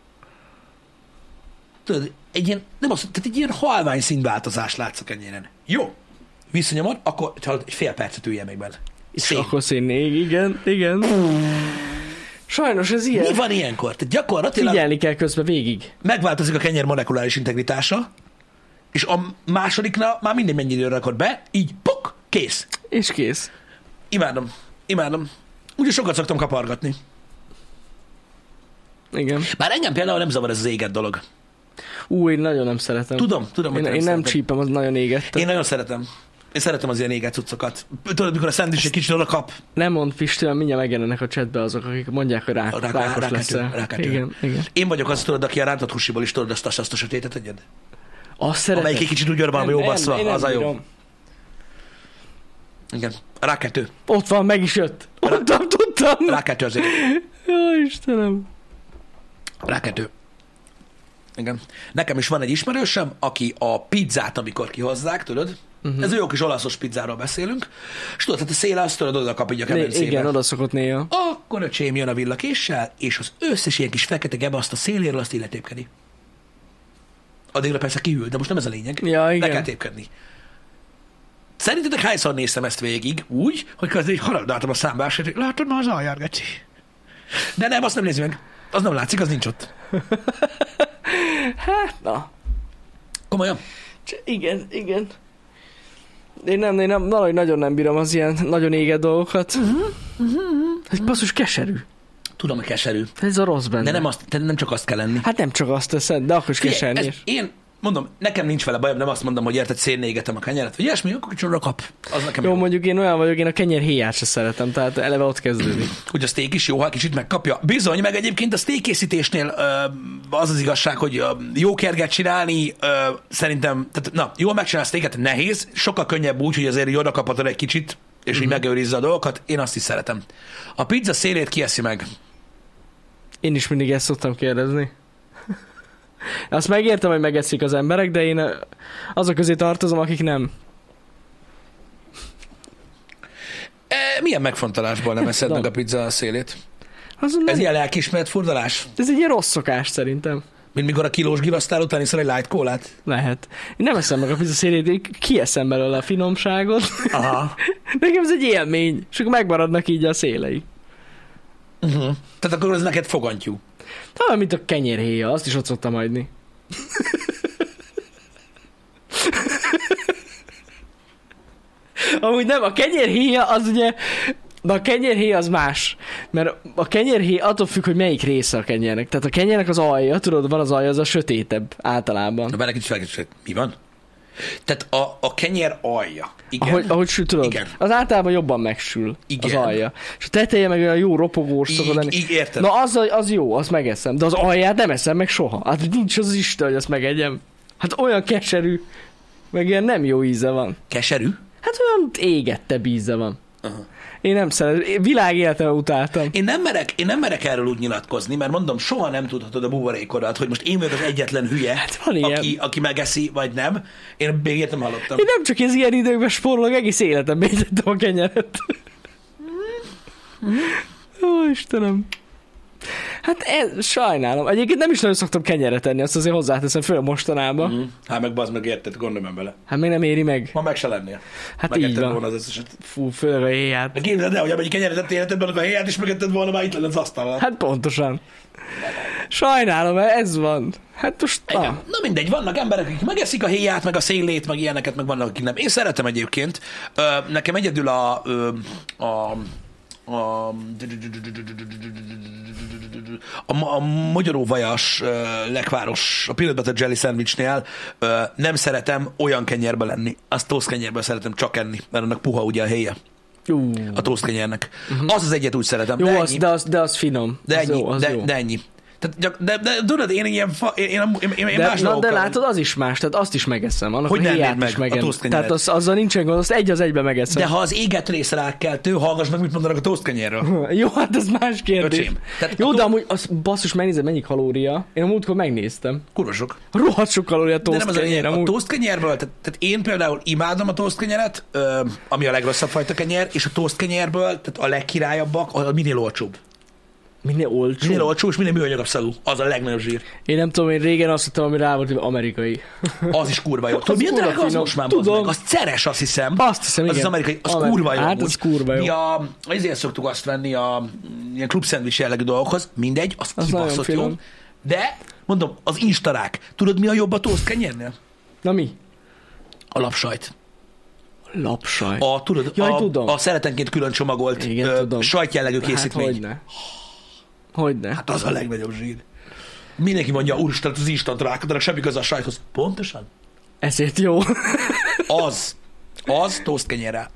Tudod, egy ilyen, nem azt, tehát egy ilyen halvány színváltozás látsz a kenyéren. Jó. Visszanyomod, akkor egy fél percet üljen még benne. És akkor színnék, igen. Sajnos ez ilyen. Mi van ilyenkor? Tehát gyakorlatilag Figyelni kell közben végig. megváltozik a kenyér molekuláris integritása, és a másodiknál már minden mennyi időre rakod be, így puk, kész. És kész. Imádom. Úgyhogy sokat szoktam kapargatni. Igen. Bár engem például nem zavar ez az éget dolog. Én nagyon nem szeretem. Tudom, hogy Én nem szereted. csípem, az nagyon égett. Én nagyon szeretem. Én szeretem az ilyen éget cuccokat. Tudod, mikor a szendvics egy kicsit oda kap. Nem mond Pisti, mert mindjárt megjelennek a chatbe azok, akik mondják, hogy rákos leszel. Rákető. Igen. Én vagyok az, tudod, aki a rántott húsiból is tudod azt a sötétet egyed. Azt szeretem. Amelyik egy kicsit úgy van, jó basszva, az a jó. Bírom. Igen. Rákető. Ott van, meg is jött. Tudtam. Rákető azért. Jó, Istenem. Rákető. Igen. Nekem is van egy ismerősöm, aki a pizzát, amikor kihozzák, tudod? Ez jó kis olaszos pizzáról beszélünk. És tudod, hát a széle azt tudod, oda kap így a kemencébe. Igen, oda szokott néha. Akkor öcsém jön a villakéssel, és az összes ilyen kis fekete gebaszt a széléről azt illetépkedi. Addigra persze kihűl, de most nem ez a lényeg. Ja, igen. Le kell tépkedni. Szerintetek hányszor néztem ezt végig? Úgy, hogy közben így haragdáltam a számbás, hogy látod már az aljár, geci. De nem, azt nem nézi meg. Az nem látszik, az nincs ott. Hát, na. Komolyan? Igen. Én nem, valahogy nagyon nem bírom az ilyen nagyon égett dolgokat. Ez basszus keserű. Tudom, hogy keserű. Ez a rossz benne. De nem csak azt kell lenni. Hát nem csak azt teszed, de akkor is keserni. Én mondom, nekem nincs vele bajom, nem azt mondom, hogy érted, szénnégetem a kenyeret, vagy ilyesmi, akkor kicsit kap. Az nekem Jó, mondjuk én olyan vagyok, én a kenyér héját se szeretem, tehát eleve ott kezdődik. Hogy a steak is jó, ha kicsit megkapja. Bizony, meg egyébként a steak készítésnél az az igazság, hogy jó kerget csinálni, szerintem, tehát na, jól megcsinálni a steaket nehéz, sokkal könnyebb úgy, hogy azért így oda kaphatod egy kicsit, és így megőrizze a dolgokat, én azt is szeretem. A pizza szélét kieszi meg. Én is mindig ezt szoktam kérdezni. Azt megértem, hogy megeszik az emberek, de én azok közé tartozom, akik nem. Milyen megfontolásból nem eszed meg a pizza szélét? Ez ilyen lelkiismeret furdalás? Ez egy ilyen rossz szokás szerintem. Mint mikor a kilós girasztál után iszol egy light kólát? Lehet. Én nem eszem meg a pizza szélét, én kieszem belőle a finomságot. Aha. Nekem ez egy élmény, és akkor megmaradnak így a szélei. Tehát akkor ez neked fogantyú. Talán, mint a kenyérhéja, azt is ott szoktam hagyni. Amúgy nem, a kenyérhéja az ugye, de a kenyérhéja az más, mert a kenyérhéja attól függ, hogy melyik része a kenyérnek. Tehát a kenyérnek az alja, tudod, van az alja, az a sötétebb általában. Na, bár kicsit felkérdezett, mi van? Tehát a kenyer alja. Igen. Ahogy sül, tudod, igen. Az általában jobban megsül, igen. Az alja. És a teteje meg olyan jó ropogós szokott lenni. Érted. Na az jó, azt megeszem, de az alját nem eszem meg soha. Hát nincs az Isten, hogy azt megegyem. Hát olyan keserű, meg ilyen nem jó íze van. Keserű? Hát olyan égettebb íze van. Én nem szeretem. Világéletemben utáltam. Én nem merek erről úgy nyilatkozni, mert mondom, soha nem tudhatod a buborékodat, hogy most én vagyok az egyetlen hülye, Hát van aki megeszi, vagy nem. Én még ilyet nem hallottam. Én nem csak ez ilyen időkben spórolok, egész életemben étettem a kenyeret. Ó, Istenem. Hát sajnálom. Egyébként nem is nagyon szoktam kenyeret enni, azt azért hozzáteszem, föl mostanában. Hát meg bazd meg, érted, gondolom bele. Hát még nem éri meg. Ma meg se lennél. Hát így van. Volna az összeset. Fú, főleg a héját. De képzeld el, hogy amennyi kenyeret ettél életedben, akkor a héját is megetted volna, már itt lenne az asztalon. Hát pontosan. Sajnálom, ez van. Hát most Na mindegy, vannak emberek, akik megeszik a héját, meg a szélét, meg ilyeneket, meg vannak, akik nem. Én szeretem egyébként. Nekem egyedül a magyaróvajas lekváros, a peanut butter jelly sandwichnél nem szeretem olyan kenyérbe lenni. Azt toast kenyérben szeretem csak enni, mert annak puha ugye a héja. A toast kenyérnek. Az az egyet úgy szeretem. Jó, de az finom. De ennyi. Az jó. De ennyi. Tehát, de tudod, én ilyen más de látod, az is más, tehát azt is megeszem. Annak hogy a héját meg is megem. a toast Tehát azzal nincsen gond, azt egy az egybe megeszem. De ha az éget rész rákkeltő, hallgass meg, mit mondanak a toast kenyérről. Jó, hát ez más kérdés. Öcsém. Jó, de amúgy az basszus, megnézed, mennyi kalória. Én a múltkor megnéztem. Kurva sok. Rohadt sok kalória a toast kenyér. A toast kenyérből, tehát én például imádom a toast kenyeret, ami a legrosszabb fajta kenyer, és a toast kenyérből, tehát a legkirályabbak, a minél olcsóbb. Minél olcsó? Minél olcsó, és minél műanyagabb szagú. Az a legnagyobb zsír. Én nem tudom, én régen azt hittem, ami rá volt, hogy amerikai. Az is kurva jó. Tudod, milyen drága az most már? Tudom. Az ceres, azt hiszem. Azt hiszem, igen. Az amerikai, az kurva jó. Hát, az kurva jó. Mi ezért szoktuk azt venni a ilyen klub szendvics jellegű dolgokhoz. Mindegy, az kibaszott jó. De, mondom, az instarák. Tudod, mi a jobb a toast kenyérnél? Na mi? A lapsajt. Lapsajt. Tudod, Jaj, tudom. A szeretenként külön csomagolt sajtjellegű készítmény. Hát hogyne. Hát az a legnagyobb zsír. Mindenki mondja, úristen, az instant rákadanak, semmi köze a sajthoz. Pontosan. Ezért jó. Az toast kenyérrel.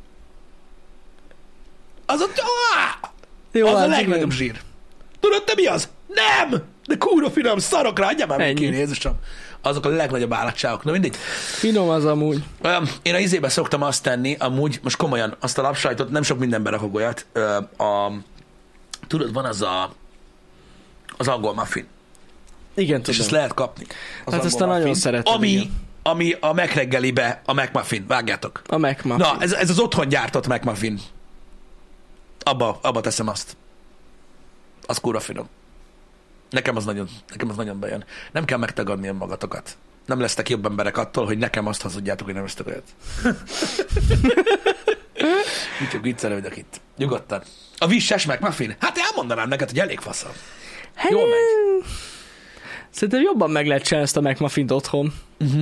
Az jó, az hát a legnagyobb zsír. Tudod, te mi az? Nem! De kurva finom, szarok rá, adjam már ki, Jézusom. Azok a legnagyobb állatságok. Na mindegy. Finom az amúgy. Én a izébe szoktam azt tenni, amúgy, most komolyan, azt a lapsajtot, nem sok minden berakok olyat. Tudod, van az angol muffin. Igen, tudom. És ezt lehet kapni. Hát ezt nagyon szeretem. Ami a McReggelibe a McMuffin. Vágjátok. A McMuffin. Na, ez az otthon gyártott McMuffin. Abba teszem azt. Az kurva finom. Nekem az nagyon bejön. Nem kell megtagadni magatokat. Nem lesztek jobb emberek attól, hogy nekem azt hazudjátok, hogy nem esztek olyat. Mit csak viccelődök itt. Nyugodtan. A visses McMuffin? Hát elmondanám neked, hogy elég faszom. Jól megy. Szerintem jobban meg lehet csinálni ezt a McMuffint otthon.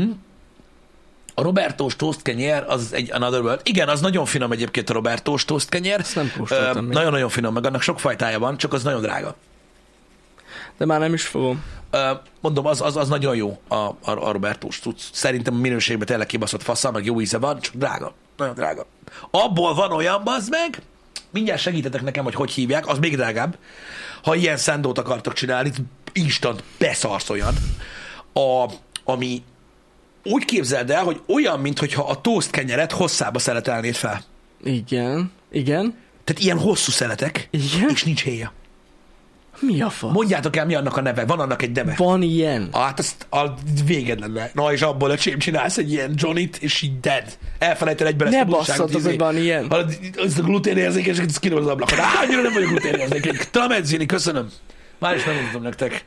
A Robertós toast kenyér az egy another world. Igen, az nagyon finom egyébként a Robertós toast kenyér. Ezt nem kóstoltam még. Nagyon-nagyon finom, meg annak sok fajtája van, csak az nagyon drága. De már nem is fogom. Mondom, az nagyon jó a Robertós cucc. Szerintem a minőségben tényleg kibaszott fasza, meg jó íze van, csak drága. Nagyon drága. Abból van olyan, bazd meg, mindjárt segítetek nekem, hogy hívják, az még drágább. Ha ilyen szándót akartok csinálni, instant beszarsz olyan, ami úgy képzeld el, hogy olyan, mintha a toast kenyeret hosszába szeletelnéd fel. Igen. Tehát ilyen hosszú szeletek, igen? És nincs héja. Mi a fasz? Mondjátok el, mi annak a neve. Van annak egy neve. Van ilyen? Hát azt a véged lenne. Na, és abból a csém csinálsz egy ilyen Johnnyt, és így dead. Elfelejted egyben ezt ne a bulságot. basszatok, hogy van ilyen. Az a gluténérzékeny, és ezt kinőd az ablakot. Annyira nem vagyok gluténérzékeny. Tramedzini, köszönöm. Már is megmondtam nektek.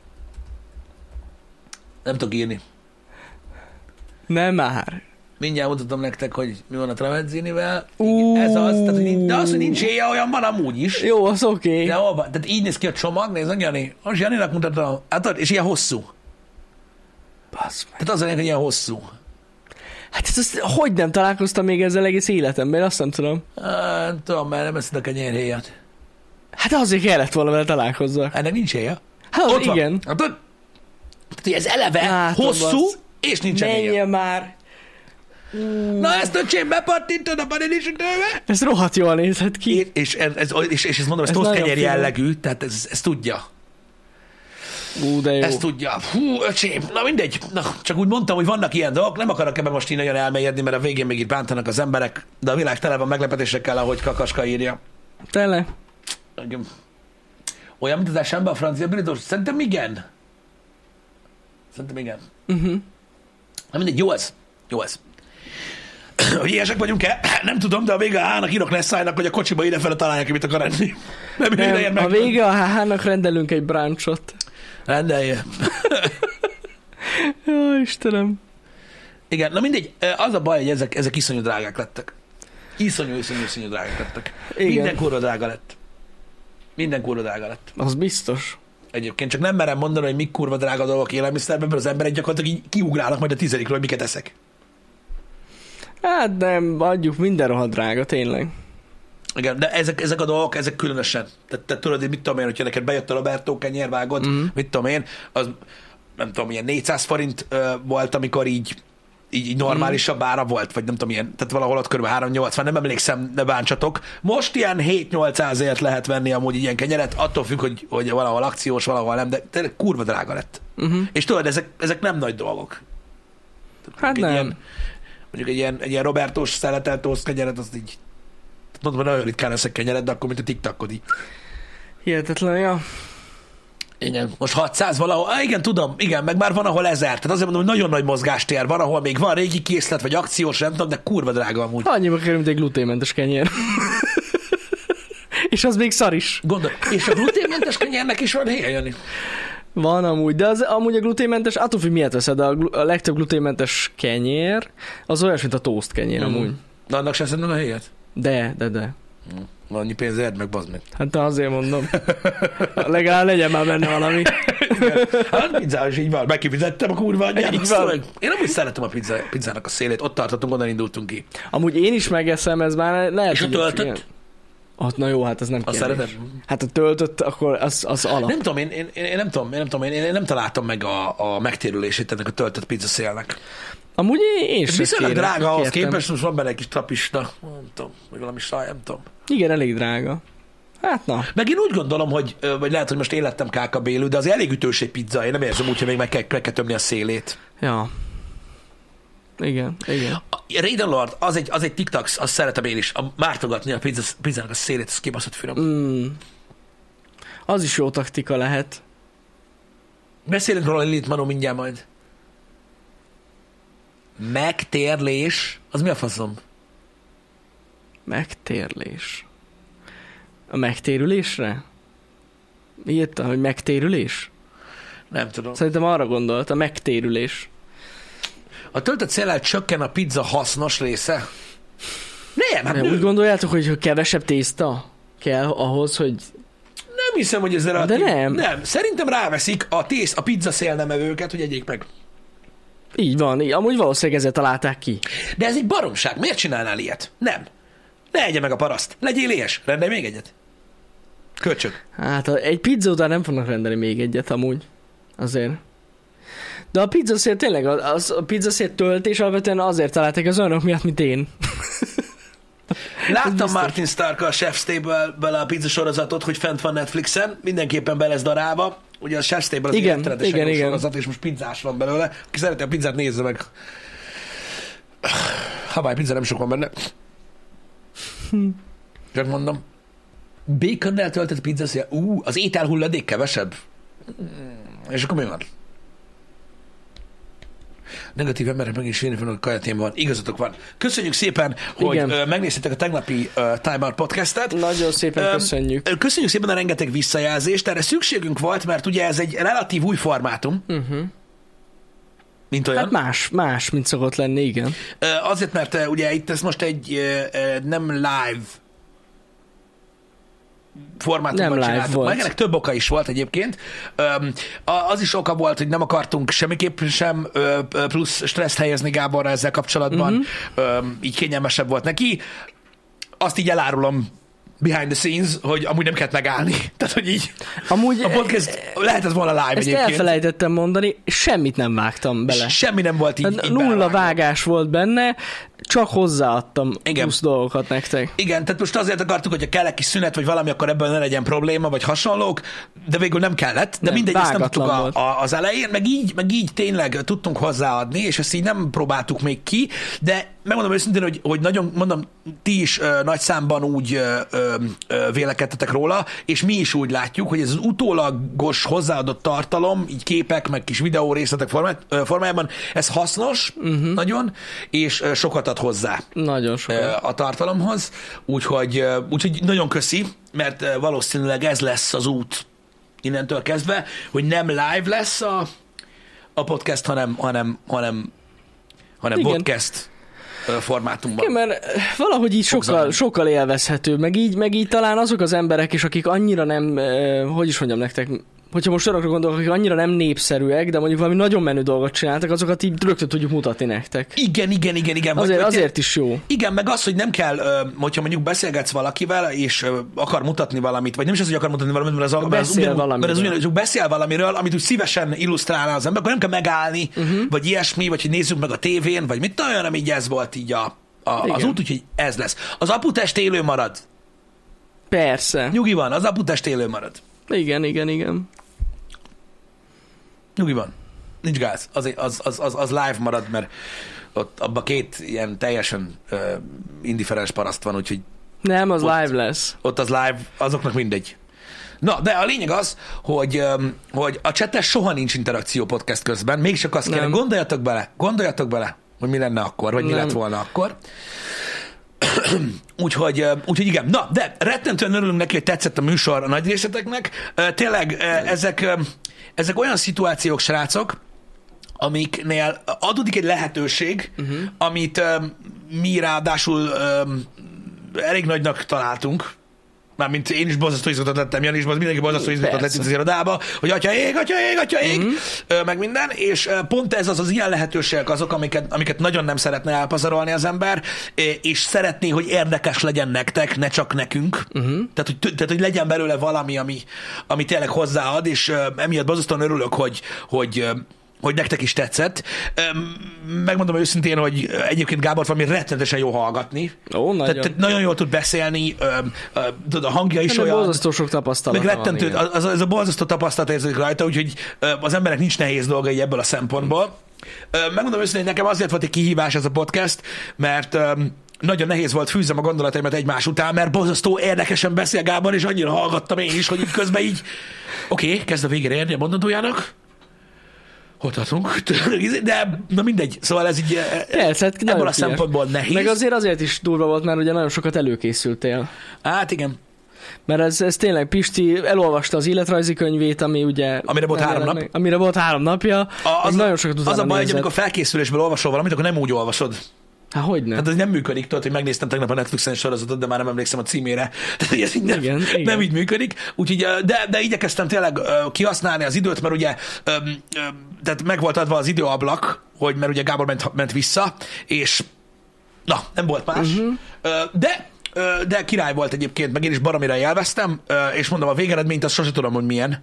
Nem tudok írni. Nem már. Mindjárt mutatom nektek, hogy mi van a Tramedzinivel. Ez az, tehát, de az, hogy nincs éjjel, olyan van amúgy is. Jó, az oké. De hol van? Tehát így néz ki a csomag, nézd meg, Jani. Most Janinak mutatom. Hát, és ilyen hosszú. Basz meg. Tehát az a lényeg, hogy ilyen hosszú. Hát ez hogy nem találkoztam még ezzel egész életemben, azt nem tudom. Nem tudom, mert nem eszed a kenyérhéjat. Hát azért kellett volna vele találkozzak. Ennek nincs héja. Hát ott igen. Van. Tehát, hogy ez eleve hosszú, és nincsen héja. Menjen már. Na ezt a csém bepattintod a paradicsimtőbe. Ez rohadt jól nézhet ki. És ezt mondom, ez toast kenyér jellegű, tehát ez tudja. De jó. Ezt tudja. Hú, öcsém, na mindegy. Na, csak úgy mondtam, hogy vannak ilyen dolgok, nem akarok ebben most így nagyon elmélyedni, mert a végén még itt bántanak az emberek, de a világ tele van meglepetésekkel, ahogy Kakaska írja. Tele? Olyan, mint az esemben a francia brindos? Szerintem igen. Na mindegy, jó ez. Jó ez. Hogy ilyesek vagyunk-e? Nem tudom, de a vége a H-nak írok lesz szájnak, hogy a kocsiba idefele találják, amit akar enni. Nem, a vége a HH-nak rendelünk egy brunchot. Rendelje. Jó, Istenem. Igen, na mindegy, az a baj, hogy ezek iszonyú drágák lettek. Iszonyú drágák lettek. Igen. Minden kurva drága lett. Minden kurva drága lett. Az biztos. Egyébként csak nem merem mondani, hogy mik kurva drága dolgok élelmiszerben, mert az emberek gyakorlatilag így kiugrálnak majd a 10-ről, hogy miket eszek. Hát nem, adjuk, minden rohadt drága, tényleg. Igen, de ezek a dolgok, ezek különösen. Tehát tudod, hogy mit tudom én, hogyha neked bejött a Roberto kenyérvágod, mit tudom én, az nem tudom, ilyen 400 forint volt, amikor így normálisabb ára volt, vagy nem tudom, ilyen, tehát valahol ott kb. 380, nem emlékszem, ne bántsatok. Most ilyen 7-800-ért lehet venni amúgy ilyen kenyeret, attól függ, hogy valahol akciós, valahol nem, de tényleg kurva drága lett. És tudod, ezek nem nagy dolgok. Hát nem. Mondjuk egy ilyen Robertós szeletelt toast kenyeret, azt így mondom, hogy nagyon ritkán eszek kenyeret, de akkor mint a TikTokod. Hihetetlen, ja. Igen, most 600 valahol, igen, tudom, igen, meg már van, ahol 1000, tehát azért mondom, hogy nagyon nagy mozgástér van, ahol még van régi készlet, vagy akciós, nem tudom, de kurva drága amúgy. Annyiba kerül, mint egy gluténmentes kenyér. És az még szar is. Gondol, és a gluténmentes kenyérnek is van helye, Jani? Van amúgy, de amúgy a gluténmentes, attól függ miért veszed, de a legtöbb gluténmentes kenyér, az olyan, mint a toast kenyér amúgy. De annak sem szerintem a helyet? De. Annyi pénzért meg, bazd meg. Hát azért mondom. Legalább legyen már benne valami. Hát pizzás így van, megkifizettem a kurva anyjának. Én amúgy szeretem a pizzának a szélét, ott tartottunk, onnan indultunk ki. Amúgy én is megeszem, ez már lehet. És a töltött? Na jó, hát ez nem kérdés. Szeretem? Hát a töltött, akkor az alap. Nem tudom, én nem találtam meg a megtérülését ennek a töltött pizzaszélnek. Amúgy én sem viszonylag drága ahhoz képest, most van benne egy kis trapista, nem tudom, vagy valami saj, nem tudom. Igen, elég drága. Hát na. Meg én úgy gondolom, hogy vagy lehet, hogy most én lettem KKB-lő, de az elég ütős egy pizza, én nem érzem úgy, hogy még meg kell tömni a szélét. Ja. Igen. A Raiden Lord, az egy TikTok, azt szeretem én is, mártogatni a pizzának a szélét, az kibaszott finom. Az is jó taktika lehet. Beszélünk róla Lilith Manó mindjárt majd. Megtérlés, az mi a faszom? Megtérlés. A megtérülésre? Mi írta, hogy megtérülés? Nem tudom. Szerintem arra gondolt, a megtérülés. A töltött széllel csökken a pizza hasznos része? Nem, hát úgy gondoljátok, hogy kevesebb tészta kell ahhoz, hogy... Nem hiszem, hogy ez relatív. De nem. Nem, szerintem ráveszik a pizza szélnemevőket, hogy egyék meg. Így van, amúgy valószínűleg ezzel találták ki. De ez egy baromság, miért csinálnál ilyet? Nem. Ne egye meg a paraszt. Legyél éhes, rendelj még egyet. Köcsög. Hát egy pizza után nem fognak rendelni még egyet amúgy. Azért. De a pizzaszél tényleg, a pizzaszél töltés alapvetően azért találták az olyanok miatt, mint én. Láttam Martin Stark a Chef's Table-ből a pizza sorozatot, hogy fent van Netflixen, mindenképpen be lesz darálva. Ugye a Chef's Table az ilyen sorozat, és most pizzás van belőle. Aki szereti a pizzát, nézze meg. Hawaii pizza nem sok van benne. Csak mondom. Baconnel töltött pizzaszél. Az ételhulladék kevesebb. És akkor mi van? Negatív emberek megint sírni fognak, a kajatémban van. Igazatok van. Köszönjük szépen, hogy megnéztétek a tegnapi Time Out podcastet. Nagyon szépen köszönjük. Köszönjük szépen a rengeteg visszajelzést. Erre szükségünk volt, mert ugye ez egy relatív új formátum. Mint olyan. Hát más, mint szokott lenni, igen. Azért, mert ugye itt ez most egy nem live formátumban csináltuk. Meg ennek több oka is volt egyébként. Az is oka volt, hogy nem akartunk semmiképp sem plusz stresszt helyezni Gáborra ezzel kapcsolatban. Így kényelmesebb volt neki. Azt így elárulom behind the scenes, hogy amúgy nem kellett megállni. Tehát, hogy így amúgy a podcast lehetett volna live ezt egyébként. Elfelejtettem mondani, semmit nem vágtam bele. Semmi nem volt így nulla vágás volt benne. csak hozzáadtam Igen. plusz dolgokat nektek. Igen, tehát most azért akartuk, hogyha kell egy kis szünet, vagy valami, akkor ebből ne legyen probléma, vagy hasonlók, de végül nem kellett, de Nem, mindegy, ezt nem tudtuk vágatlan volt. az elején, meg így tényleg tudtunk hozzáadni, és ezt így nem próbáltuk még ki, de megmondom őszintén, hogy nagyon, mondom, ti is nagy számban úgy vélekedtetek róla, és mi is úgy látjuk, hogy ez az utólagos hozzáadott tartalom, így képek, meg kis videó részletek formájában, ez hasznos, nagyon, és sokat ad hozzá Nagyon sokat. a tartalomhoz, úgyhogy nagyon köszi, mert valószínűleg ez lesz az út innentől kezdve, hogy nem live lesz a podcast, hanem Igen. podcast formátumban. Igen, mert valahogy így sokkal élvezhető, meg így talán azok az emberek is, akik annyira nem, hogy is mondjam nektek, hogyha most olyanokra gondolok, akik annyira nem népszerűek, de mondjuk valami nagyon menő dolgot csináltak, azokat így rögtön tudjuk mutatni nektek. Igen. Azért is jó. Igen, meg az, hogy nem kell, hogyha mondjuk beszélgetsz valakivel, és akar mutatni valamit, vagy nem is az, hogy akar mutatni valamit, mert az ugyanúgy beszél valamiről, amit úgy szívesen illusztrálna az ember, akkor nem kell megállni, vagy ilyesmi, vagy hogy nézzük meg a tévén, vagy mit olyan, ami így ez volt így az út, úgyhogy ez lesz. Az aputest élő marad. Persze. Nyugi van, az aputest élő marad. Igen. Nyugi van. Nincs gáz. Az live marad, mert ott abban két ilyen teljesen indiferens paraszt van, úgyhogy Nem, az ott, live lesz. Ott az live, azoknak mindegy. Na, de a lényeg az, hogy a chatten soha nincs interakció podcast közben, mégiscsak azt kéne, gondoljatok bele, hogy mi lenne akkor, vagy mi lett volna akkor. Úgyhogy igen. Na, de rettentően örülünk neki, hogy tetszett a műsor a nagy részleteknek. Tényleg ezek olyan szituációk, srácok, amiknél adódik egy lehetőség, amit mi ráadásul elég nagynak találtunk. Mármint én is borzasztó izgatott lettem, Jani is, mindenki borzasztó izgatott lett itt az irodába, hogy atya ég, meg minden, és pont ez az ilyen lehetőségek azok, amiket nagyon nem szeretne elpazarolni az ember, és szeretné, hogy érdekes legyen nektek, ne csak nekünk. Tehát, hogy legyen belőle valami, ami tényleg hozzáad, és emiatt borzasztóan örülök, hogy nektek is tetszett. Megmondom őszintén, hogy egyébként Gábort valami rettenetesen jó hallgatni. Ó, nagyon. Tehát nagyon jól tud beszélni, a hangja is olyan. Borzasztó sok tapasztalat. Meg rettentő, ez a borzasztó tapasztalat érződik rajta, úgyhogy az emberek nincs nehéz dolga így ebből a szempontból. Megmondom őszintén, hogy nekem azért volt egy kihívás ez a podcast, mert nagyon nehéz volt fűzzem a gondolataimat egymás után, mert borzasztó érdekesen beszél Gábor, és annyira hallgattam én is, hogy így közben így oké, kezd a végére érni a mondandójának. Hogy tartunk? De na mindegy, szóval ez így persze, hát ebből a szempontból nehéz. Meg azért is durva volt, mert ugye nagyon sokat előkészültél. Hát igen. Mert ez tényleg Pisti elolvasta az életrajzi könyvét, ami ugye... Amire volt 3 nap. Amire volt 3 napja. Nagyon sokat utána az a baj, hogy nézett. amikor felkészülésből olvasol valamit, akkor nem úgy olvasod. Hát hogyne? Hát ez nem működik, tudod, hogy megnéztem tegnap a Netflixen egy sorozatot, de már nem emlékszem a címére. Tehát ez így nem így működik. Úgyhogy, de igyekeztem tényleg kihasználni az időt, mert ugye tehát meg volt adva az időablak, mert ugye Gábor ment vissza, és na, nem volt más. De király volt egyébként, meg én is baromira élveztem, és mondom, a végeredményt azt sose tudom, hogy milyen,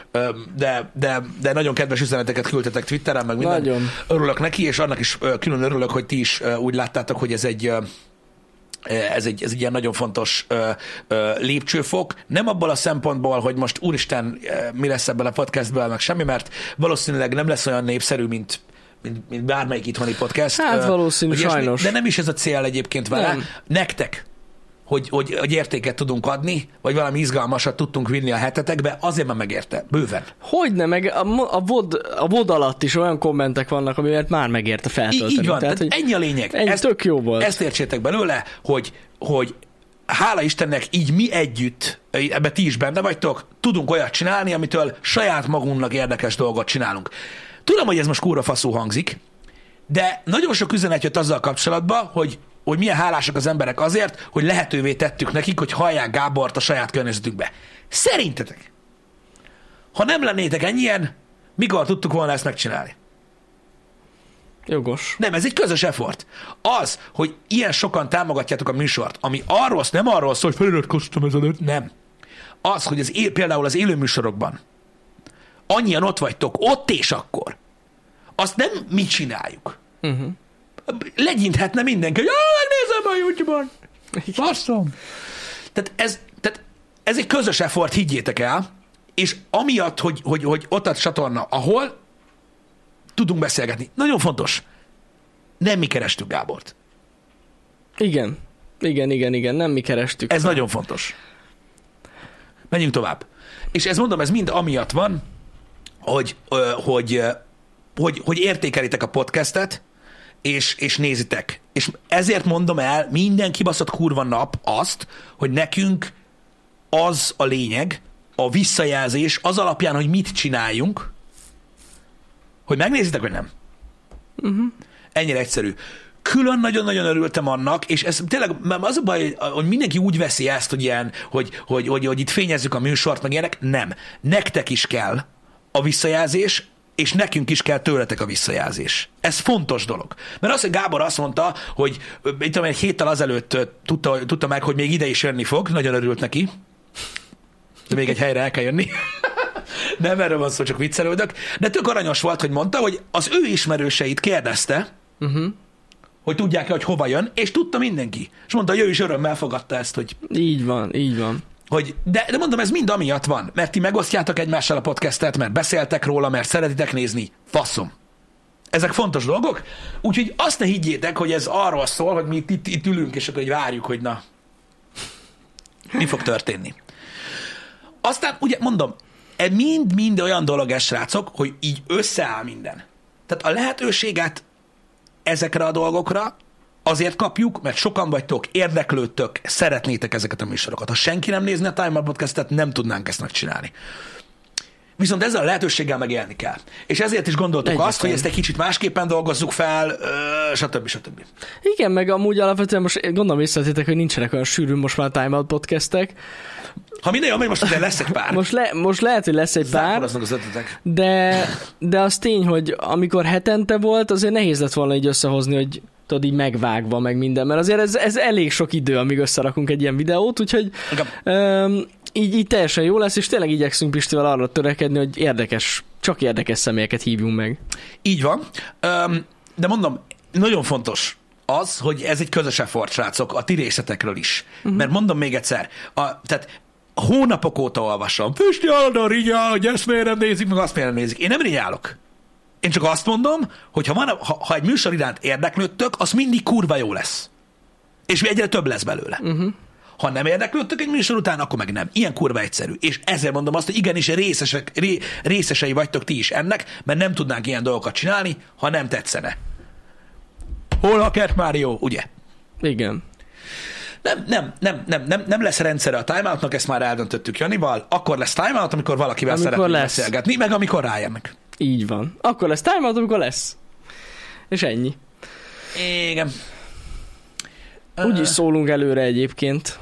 de nagyon kedves üzeneteket küldtetek Twitteren, meg minden. Nagyon. Örülök neki, és annak is külön örülök, hogy ti is úgy láttátok, hogy ez egy ilyen nagyon fontos lépcsőfok. Nem abból a szempontból, hogy most úristen, mi lesz ebből a podcastből, meg semmi, mert valószínűleg nem lesz olyan népszerű, mint bármelyik itthoni podcast. Hát valószínű, sajnos. De nem is ez a cél egyébként vele. Nem. Nektek, hogy értéket tudunk adni, vagy valami izgalmasat tudtunk vinni a hetetekbe, azért már megérte. Bőven. Hogyne, meg a VOD alatt is olyan kommentek vannak, amiért már megérte feltölteni. Így van, tehát ennyi a lényeg. Ez tök jó volt. Ezt értsétek belőle, hogy hála Istennek így mi együtt, ebbe ti is benne vagytok, tudunk olyat csinálni, amitől saját magunknak érdekes dolgot csinálunk. Tudom, hogy ez most kurva faszú hangzik, de nagyon sok üzenet jött azzal kapcsolatban, hogy milyen hálásak az emberek azért, hogy lehetővé tettük nekik, hogy hallják Gábort a saját környezetükbe. Szerintetek, ha nem lennétek ennyien, mikor tudtuk volna ezt megcsinálni? Jogos. Nem, ez egy közös effort. Az, hogy ilyen sokan támogatjátok a műsort, ami nem arról szól, hogy feliratkoztam ezelőtt, nem. Az, hogy például az élőműsorokban annyian ott vagytok, ott és akkor, azt nem mi csináljuk. legyinthetne mindenki, hogy megnézem a YouTube-on. Basszom. Tehát ez egy közös effort, higgyétek el, és amiatt, hogy ott a csatorna, ahol tudunk beszélgetni. Nagyon fontos. Nem mi kerestük Gábort. Igen, nem mi kerestük. Ez nagyon fontos. Menjünk tovább. És ez mondom, ez mind amiatt van, hogy értékelitek a podcastet, és nézitek. És ezért mondom el minden kibaszott kurva nap azt, hogy nekünk az a lényeg, a visszajelzés az alapján, hogy mit csináljunk, hogy megnézitek, vagy nem. Ennyire egyszerű. Külön nagyon-nagyon örültem annak, és ez tényleg az a baj, hogy mindenki úgy veszi ezt, hogy ilyen, hogy itt fényezzük a műsort, meg ilyenek. Nem. Nektek is kell a visszajelzés, és nekünk is kell tőletek a visszajelzés. Ez fontos dolog. Mert az, hogy Gábor azt mondta, hogy itt egy héttel azelőtt tudta meg, hogy még ide is jönni fog, nagyon örült neki, de még egy helyre el kell jönni. Nem erről van szó, csak viccelődök. De tök aranyos volt, hogy mondta, hogy az ő ismerőseit kérdezte, hogy tudják-e, hogy hova jön, és tudta mindenki. És mondta, hogy ő is örömmel fogadta ezt, hogy... Így van. Hogy, de mondom, ez mind amiatt van, mert ti megosztjátok egymással a podcastet, mert beszéltek róla, mert szeretitek nézni. Faszom. Ezek fontos dolgok, úgyhogy azt ne higgyétek, hogy ez arról szól, hogy mi itt ülünk, és akkor várjuk, hogy na, mi fog történni. Aztán ugye mondom, mind olyan dolog ez, srácok, hogy így összeáll minden. Tehát a lehetőséget ezekre a dolgokra azért kapjuk, mert sokan vagytok, érdeklődtök, szeretnétek ezeket a műsorokat. Ha senki nem nézni a Time Out Podcastet, nem tudnánk ezt megcsinálni. Viszont ezzel a lehetőséggel megélni kell. És ezért is gondoltuk azt, hogy ezt egy kicsit másképpen dolgozzuk fel, stb. Igen, meg amúgy alapvetően most gondolom észrevettétek, hogy nincsenek olyan sűrűn most már a Time Out podcastek. Ha minden jó, most lesz egy pár. Most lehet, hogy lesz egy pár, de az tény, hogy amikor hetente volt, azért nehéz lett volna így összehozni, hogy tudod, így megvágva, meg minden, mert azért ez elég sok idő, amíg összerakunk egy ilyen videót, úgyhogy így teljesen jó lesz, és tényleg igyekszünk Pistivel arra törekedni, hogy csak érdekes személyeket hívjunk meg. Így van, de mondom, nagyon fontos az, hogy ez egy közös effort, srácok, a ti részletekről is. Mert mondom még egyszer, tehát hónapok óta olvasom, Pisti állandóan rigyál, hogy ezt miért nem nézik, meg azt miért nem nézik. Én nem rigyálok. Én csak azt mondom, hogy ha egy műsor iránt érdeklődtök, az mindig kurva jó lesz. És egyre több lesz belőle. Ha nem érdeklődtök egy műsor után, akkor meg nem. Ilyen kurva egyszerű. És ezért mondom azt, hogy igenis részesei vagytok ti is ennek, mert nem tudnánk ilyen dolgokat csinálni, ha nem tetszene. Hol a Kert Mário, ugye? Igen. Nem lesz rendszere a timeoutnak, ezt már eldöntöttük Janival. Akkor lesz timeout, amikor valakivel szeretnénk beszélgetni, meg amikor rájönnek. Így van. Akkor lesz timeout, amikor lesz. És ennyi. Igen. Úgy is szólunk előre egyébként.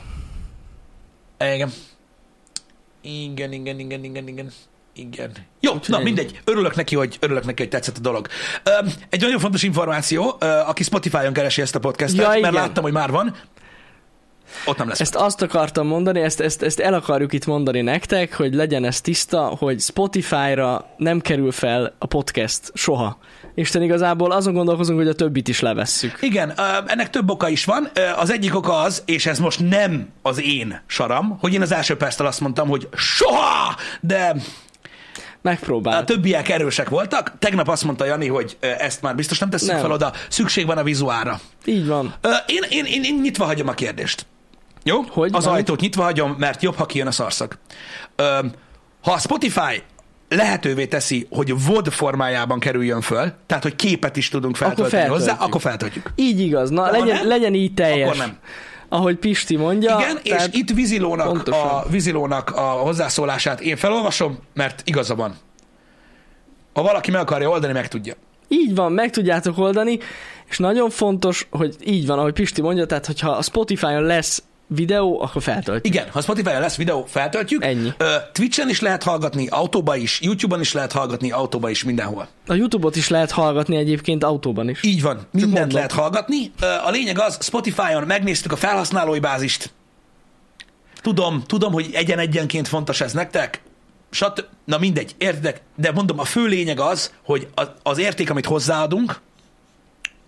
Igen. Jó, na mindegy. Örülök neki, hogy tetszett a dolog. Egy nagyon fontos információ, aki Spotify-on keresi ezt a podcastet, mert láttam, hogy már van. Ott nem lesz. Ezt azt akartam mondani, ezt el akarjuk itt mondani nektek, hogy legyen ez tiszta, hogy Spotify-ra nem kerül fel a podcast soha. Isten igazából azon gondolkozunk, hogy a többit is levesszük. Igen, ennek több oka is van. Az egyik oka az, és ez most nem az én saram, hogy én az első perctől azt mondtam, hogy soha, de megpróbál. A többiek erősek voltak. Tegnap azt mondta Jani, hogy ezt már biztos nem tesszük fel oda. Szükség van a vizuálra. Így van. Én nyitva hagyom a kérdést. Jó? Hogy az ajtót nyitva hagyom, mert jobb, ha kijön a szarszag. Ha a Spotify lehetővé teszi, hogy VOD formájában kerüljön föl, tehát, hogy képet is tudunk feltölteni hozzá, akkor feltöltjük. Így igaz. Na, legyen így teljes. Akkor nem. Ahogy Pisti mondja. Igen, és itt Vizilónak a hozzászólását én felolvasom, mert igaza van. Ha valaki meg akarja oldani, meg tudja. Így van, meg tudjátok oldani, és nagyon fontos, hogy így van, ahogy Pisti mondja, tehát hogyha a Spotify-on lesz videó, akkor feltöltjük. Igen, ha Spotify-on lesz videó, feltöltjük. Ennyi. Twitch-en is lehet hallgatni, autóba is, YouTube-on is lehet hallgatni, autóba is, mindenhol. A YouTube-ot is lehet hallgatni egyébként autóban is. Így van, mindent lehet hallgatni. A lényeg az, Spotify-on megnéztük a felhasználói bázist. Tudom, hogy egyenként fontos ez nektek. Na mindegy, értitek? De mondom, a fő lényeg az, hogy az érték, amit hozzáadunk,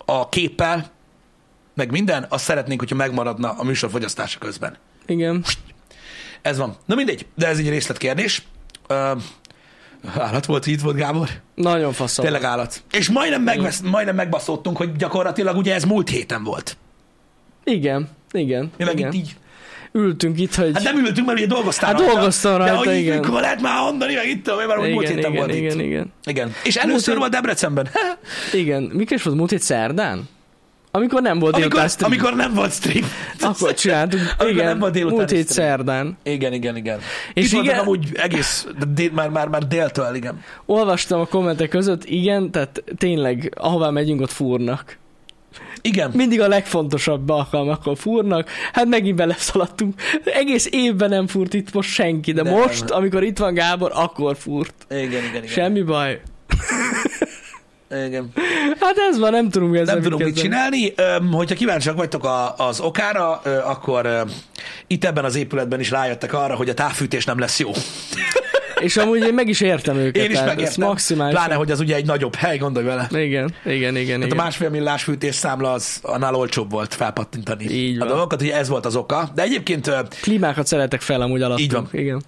a képpel, meg minden, azt szeretnénk, hogyha megmaradna a műsor fogyasztása közben. Igen. Ez van. Na mindegy, de ez egy részletkérdés. Állat volt, itt volt Gábor. Nagyon faszom. Tényleg állat. És majdnem megbaszottunk, hogy gyakorlatilag ugye ez múlt héten volt. Igen. Mi meg itt így. Ültünk itt, hogy... Hát nem ültünk, mert ugye dolgoztál rajta. Dolgoztam rajta, de hogy igen. mikor lehet már mondani, meg itt, mert múlt héten volt itt. Igen. És először volt Debrecenben. Igen. Mikor is volt múlt hét szerdán? Amikor nem volt délután stream. Amikor nem volt stream. Akkor csináltuk. Igen, nem volt múlt hét szerdán. Igen. És itt igen, amúgy egész, már déltől, igen. Olvastam a kommentek között, igen, tehát tényleg, ahová megyünk, ott fúrnak. Igen. Mindig a legfontosabb alkalmakkor fúrnak, hát megint beleszaladtunk. Egész évben nem fúrt itt most senki, de most, amikor itt van Gábor, akkor fúrt. Igen. Semmi baj. Igen. Hát ez van, nem tudunk ezzel Nem tudunk mit csinálni. Hogyha kíváncsiak vagytok az okára, akkor itt ebben az épületben is rájöttek arra, hogy a távfűtés nem lesz jó. És amúgy én meg is értem őket. Én is megértem. Pláne, hogy az ugye egy nagyobb hely, gondolj vele. Igen. Tehát a 1,5 milliós fűtés számla az annál olcsóbb volt felpattintani a dolgokat, ugye ez volt az oka. De egyébként... Klímákat szeretek fel amúgy alattunk. Így van. Igen.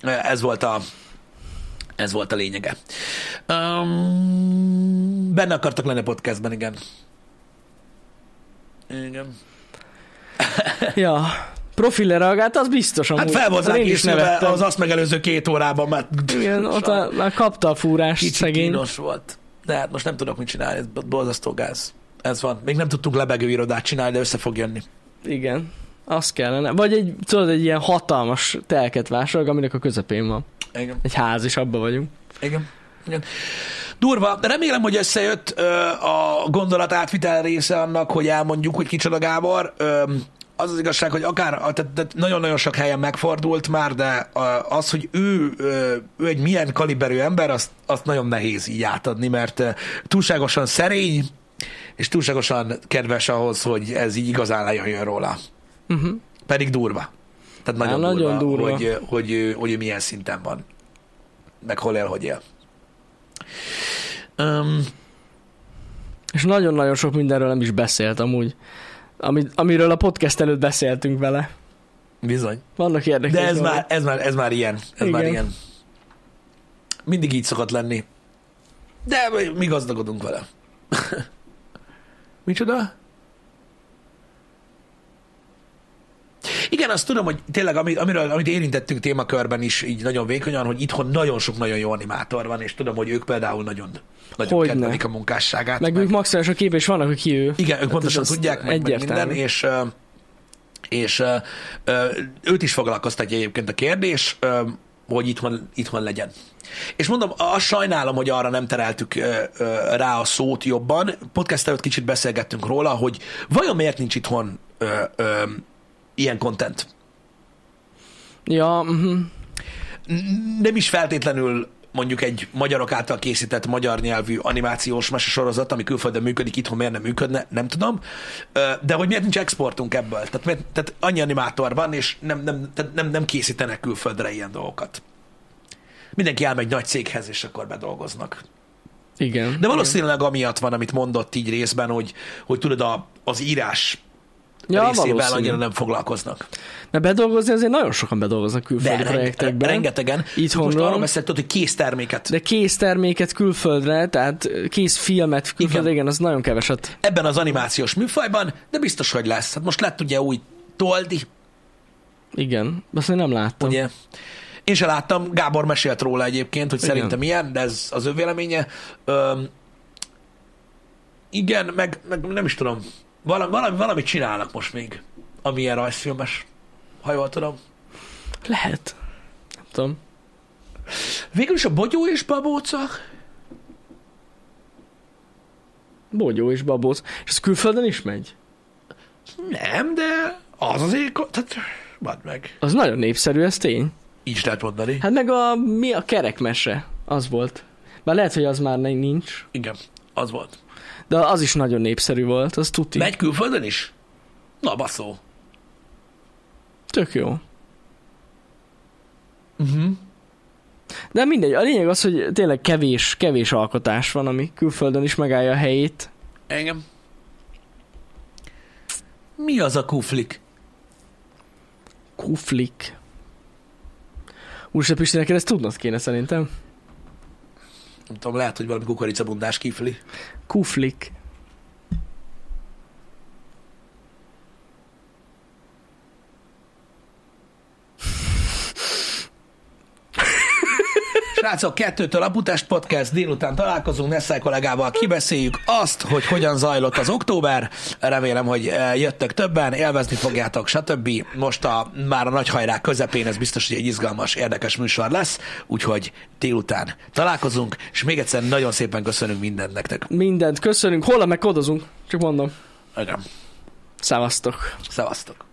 Ez volt a lényege. Benne akartak lenni a podcastben, igen. Ja, profilre reagált, az biztos amúgy. Hát fel volt rá készülve az azt megelőző 2 órában, mert... Igen, ott már kapta a fúrást, kicsit szegény. kínos volt. De hát most nem tudok mit csinálni, ez borzasztó gáz. Ez van. Még nem tudtunk lebegő irodát csinálni, de össze fog jönni. Igen, az kellene. Vagy egy ilyen hatalmas telket vásárolok, aminek a közepén van. Igen. Egy ház is, abban vagyunk. Igen. Durva, de remélem, hogy összejött a gondolat átvitel része annak, hogy elmondjuk, hogy kicsoda Gábor. Az igazság, hogy akár tehát nagyon-nagyon sok helyen megfordult már, de az, hogy ő egy milyen kaliberű ember, azt nagyon nehéz így átadni, mert túlságosan szerény, és túlságosan kedves ahhoz, hogy ez így igazán lejöjjön róla. Uh-huh. Pedig durva. Tehát nagyon durva. Hogy ő milyen szinten van. Meg hol él, hogy él. És nagyon-nagyon sok mindenről nem is beszélt amúgy. Amiről a podcast előtt beszéltünk vele. Bizony. Vannak érdekes. De ez már ilyen. Már ilyen. Mindig így szokott lenni. De mi gazdagodunk vele. Micsoda? Igen, azt tudom, hogy tényleg, amit érintettünk témakörben is így nagyon vékonyan, hogy itthon nagyon sok nagyon jó animátor van, és tudom, hogy ők például nagyon kedvelik a munkásságát. Meg ők maximális a kép, és vannak, hogy ki ő. Igen, ők pontosan tudják, meg minden, és őt is foglalkoztatja egyébként a kérdés, hogy itthon legyen. És mondom, azt sajnálom, hogy arra nem tereltük rá a szót jobban. Podcast előtt kicsit beszélgettünk róla, hogy vajon miért nincs itthon ilyen content. Ja. Nem is feltétlenül mondjuk egy magyarok által készített magyar nyelvű animációs mesesorozat, ami külföldön működik, itthon miért nem működne, nem tudom. De hogy miért nincs exportunk ebből? Tehát annyi animátor van, és nem készítenek külföldre ilyen dolgokat. Mindenki elmegy nagy céghez, és akkor bedolgoznak. Igen. De valószínűleg amiatt van, amit mondott így részben, hogy tudod, az írás részével annyira nem foglalkoznak. Mert bedolgozni azért nagyon sokan bedolgoznak külföldi projektekben. Rengetegen. Itthonról. Most arról beszéltük, hogy készterméket. De készterméket külföldre, tehát készfilmet külföldre, igen, az nagyon keveset. Ebben az animációs műfajban, de biztos, hogy lesz. Hát most lett ugye új Toldi. Igen, azt én nem láttam. Ugye? Én se láttam, Gábor mesélt róla egyébként, hogy igen. Szerintem ilyen, de ez az ő véleménye. Igen, meg nem is tudom. Valamit csinálnak most még, ami ilyen rajzfilmes, ha jól tudom. Lehet. Nem tudom. Végül is a Bogyó és Babóca? Bogyó és Babóca. És az külföldön is megy? Nem, de az azért... Tehát, vedd meg. Az nagyon népszerű, ez tény. Így is lehet mondani. Hát meg a kerekmese, az volt. Bár lehet, hogy az már nincs. Igen, az volt. De az is nagyon népszerű volt, az tuti. Megy külföldön is? Na, baszó. Tök jó. Uh-huh. De mindegy, a lényeg az, hogy tényleg kevés alkotás van, ami külföldön is megállja a helyét. Engem. Mi az a kuflik? Kuflik. Úristen Pisti, neked ezt tudnod kéne szerintem. Nem tudom, lehet, hogy valami kukoricabundás kifli. Kuflik. Srácok, 2-től a Butást Podcast, délután találkozunk Nessai kollégával, kibeszéljük azt, hogy hogyan zajlott az október. Remélem, hogy jöttök többen, élvezni fogjátok, stb. Most már a nagy hajrá közepén ez biztos, hogy egy izgalmas, érdekes műsor lesz, úgyhogy délután találkozunk, és még egyszer nagyon szépen köszönünk mindent nektek. Mindent köszönünk, holnap meg kodozunk, csak mondom. Igen. Szevasztok. Szevasztok.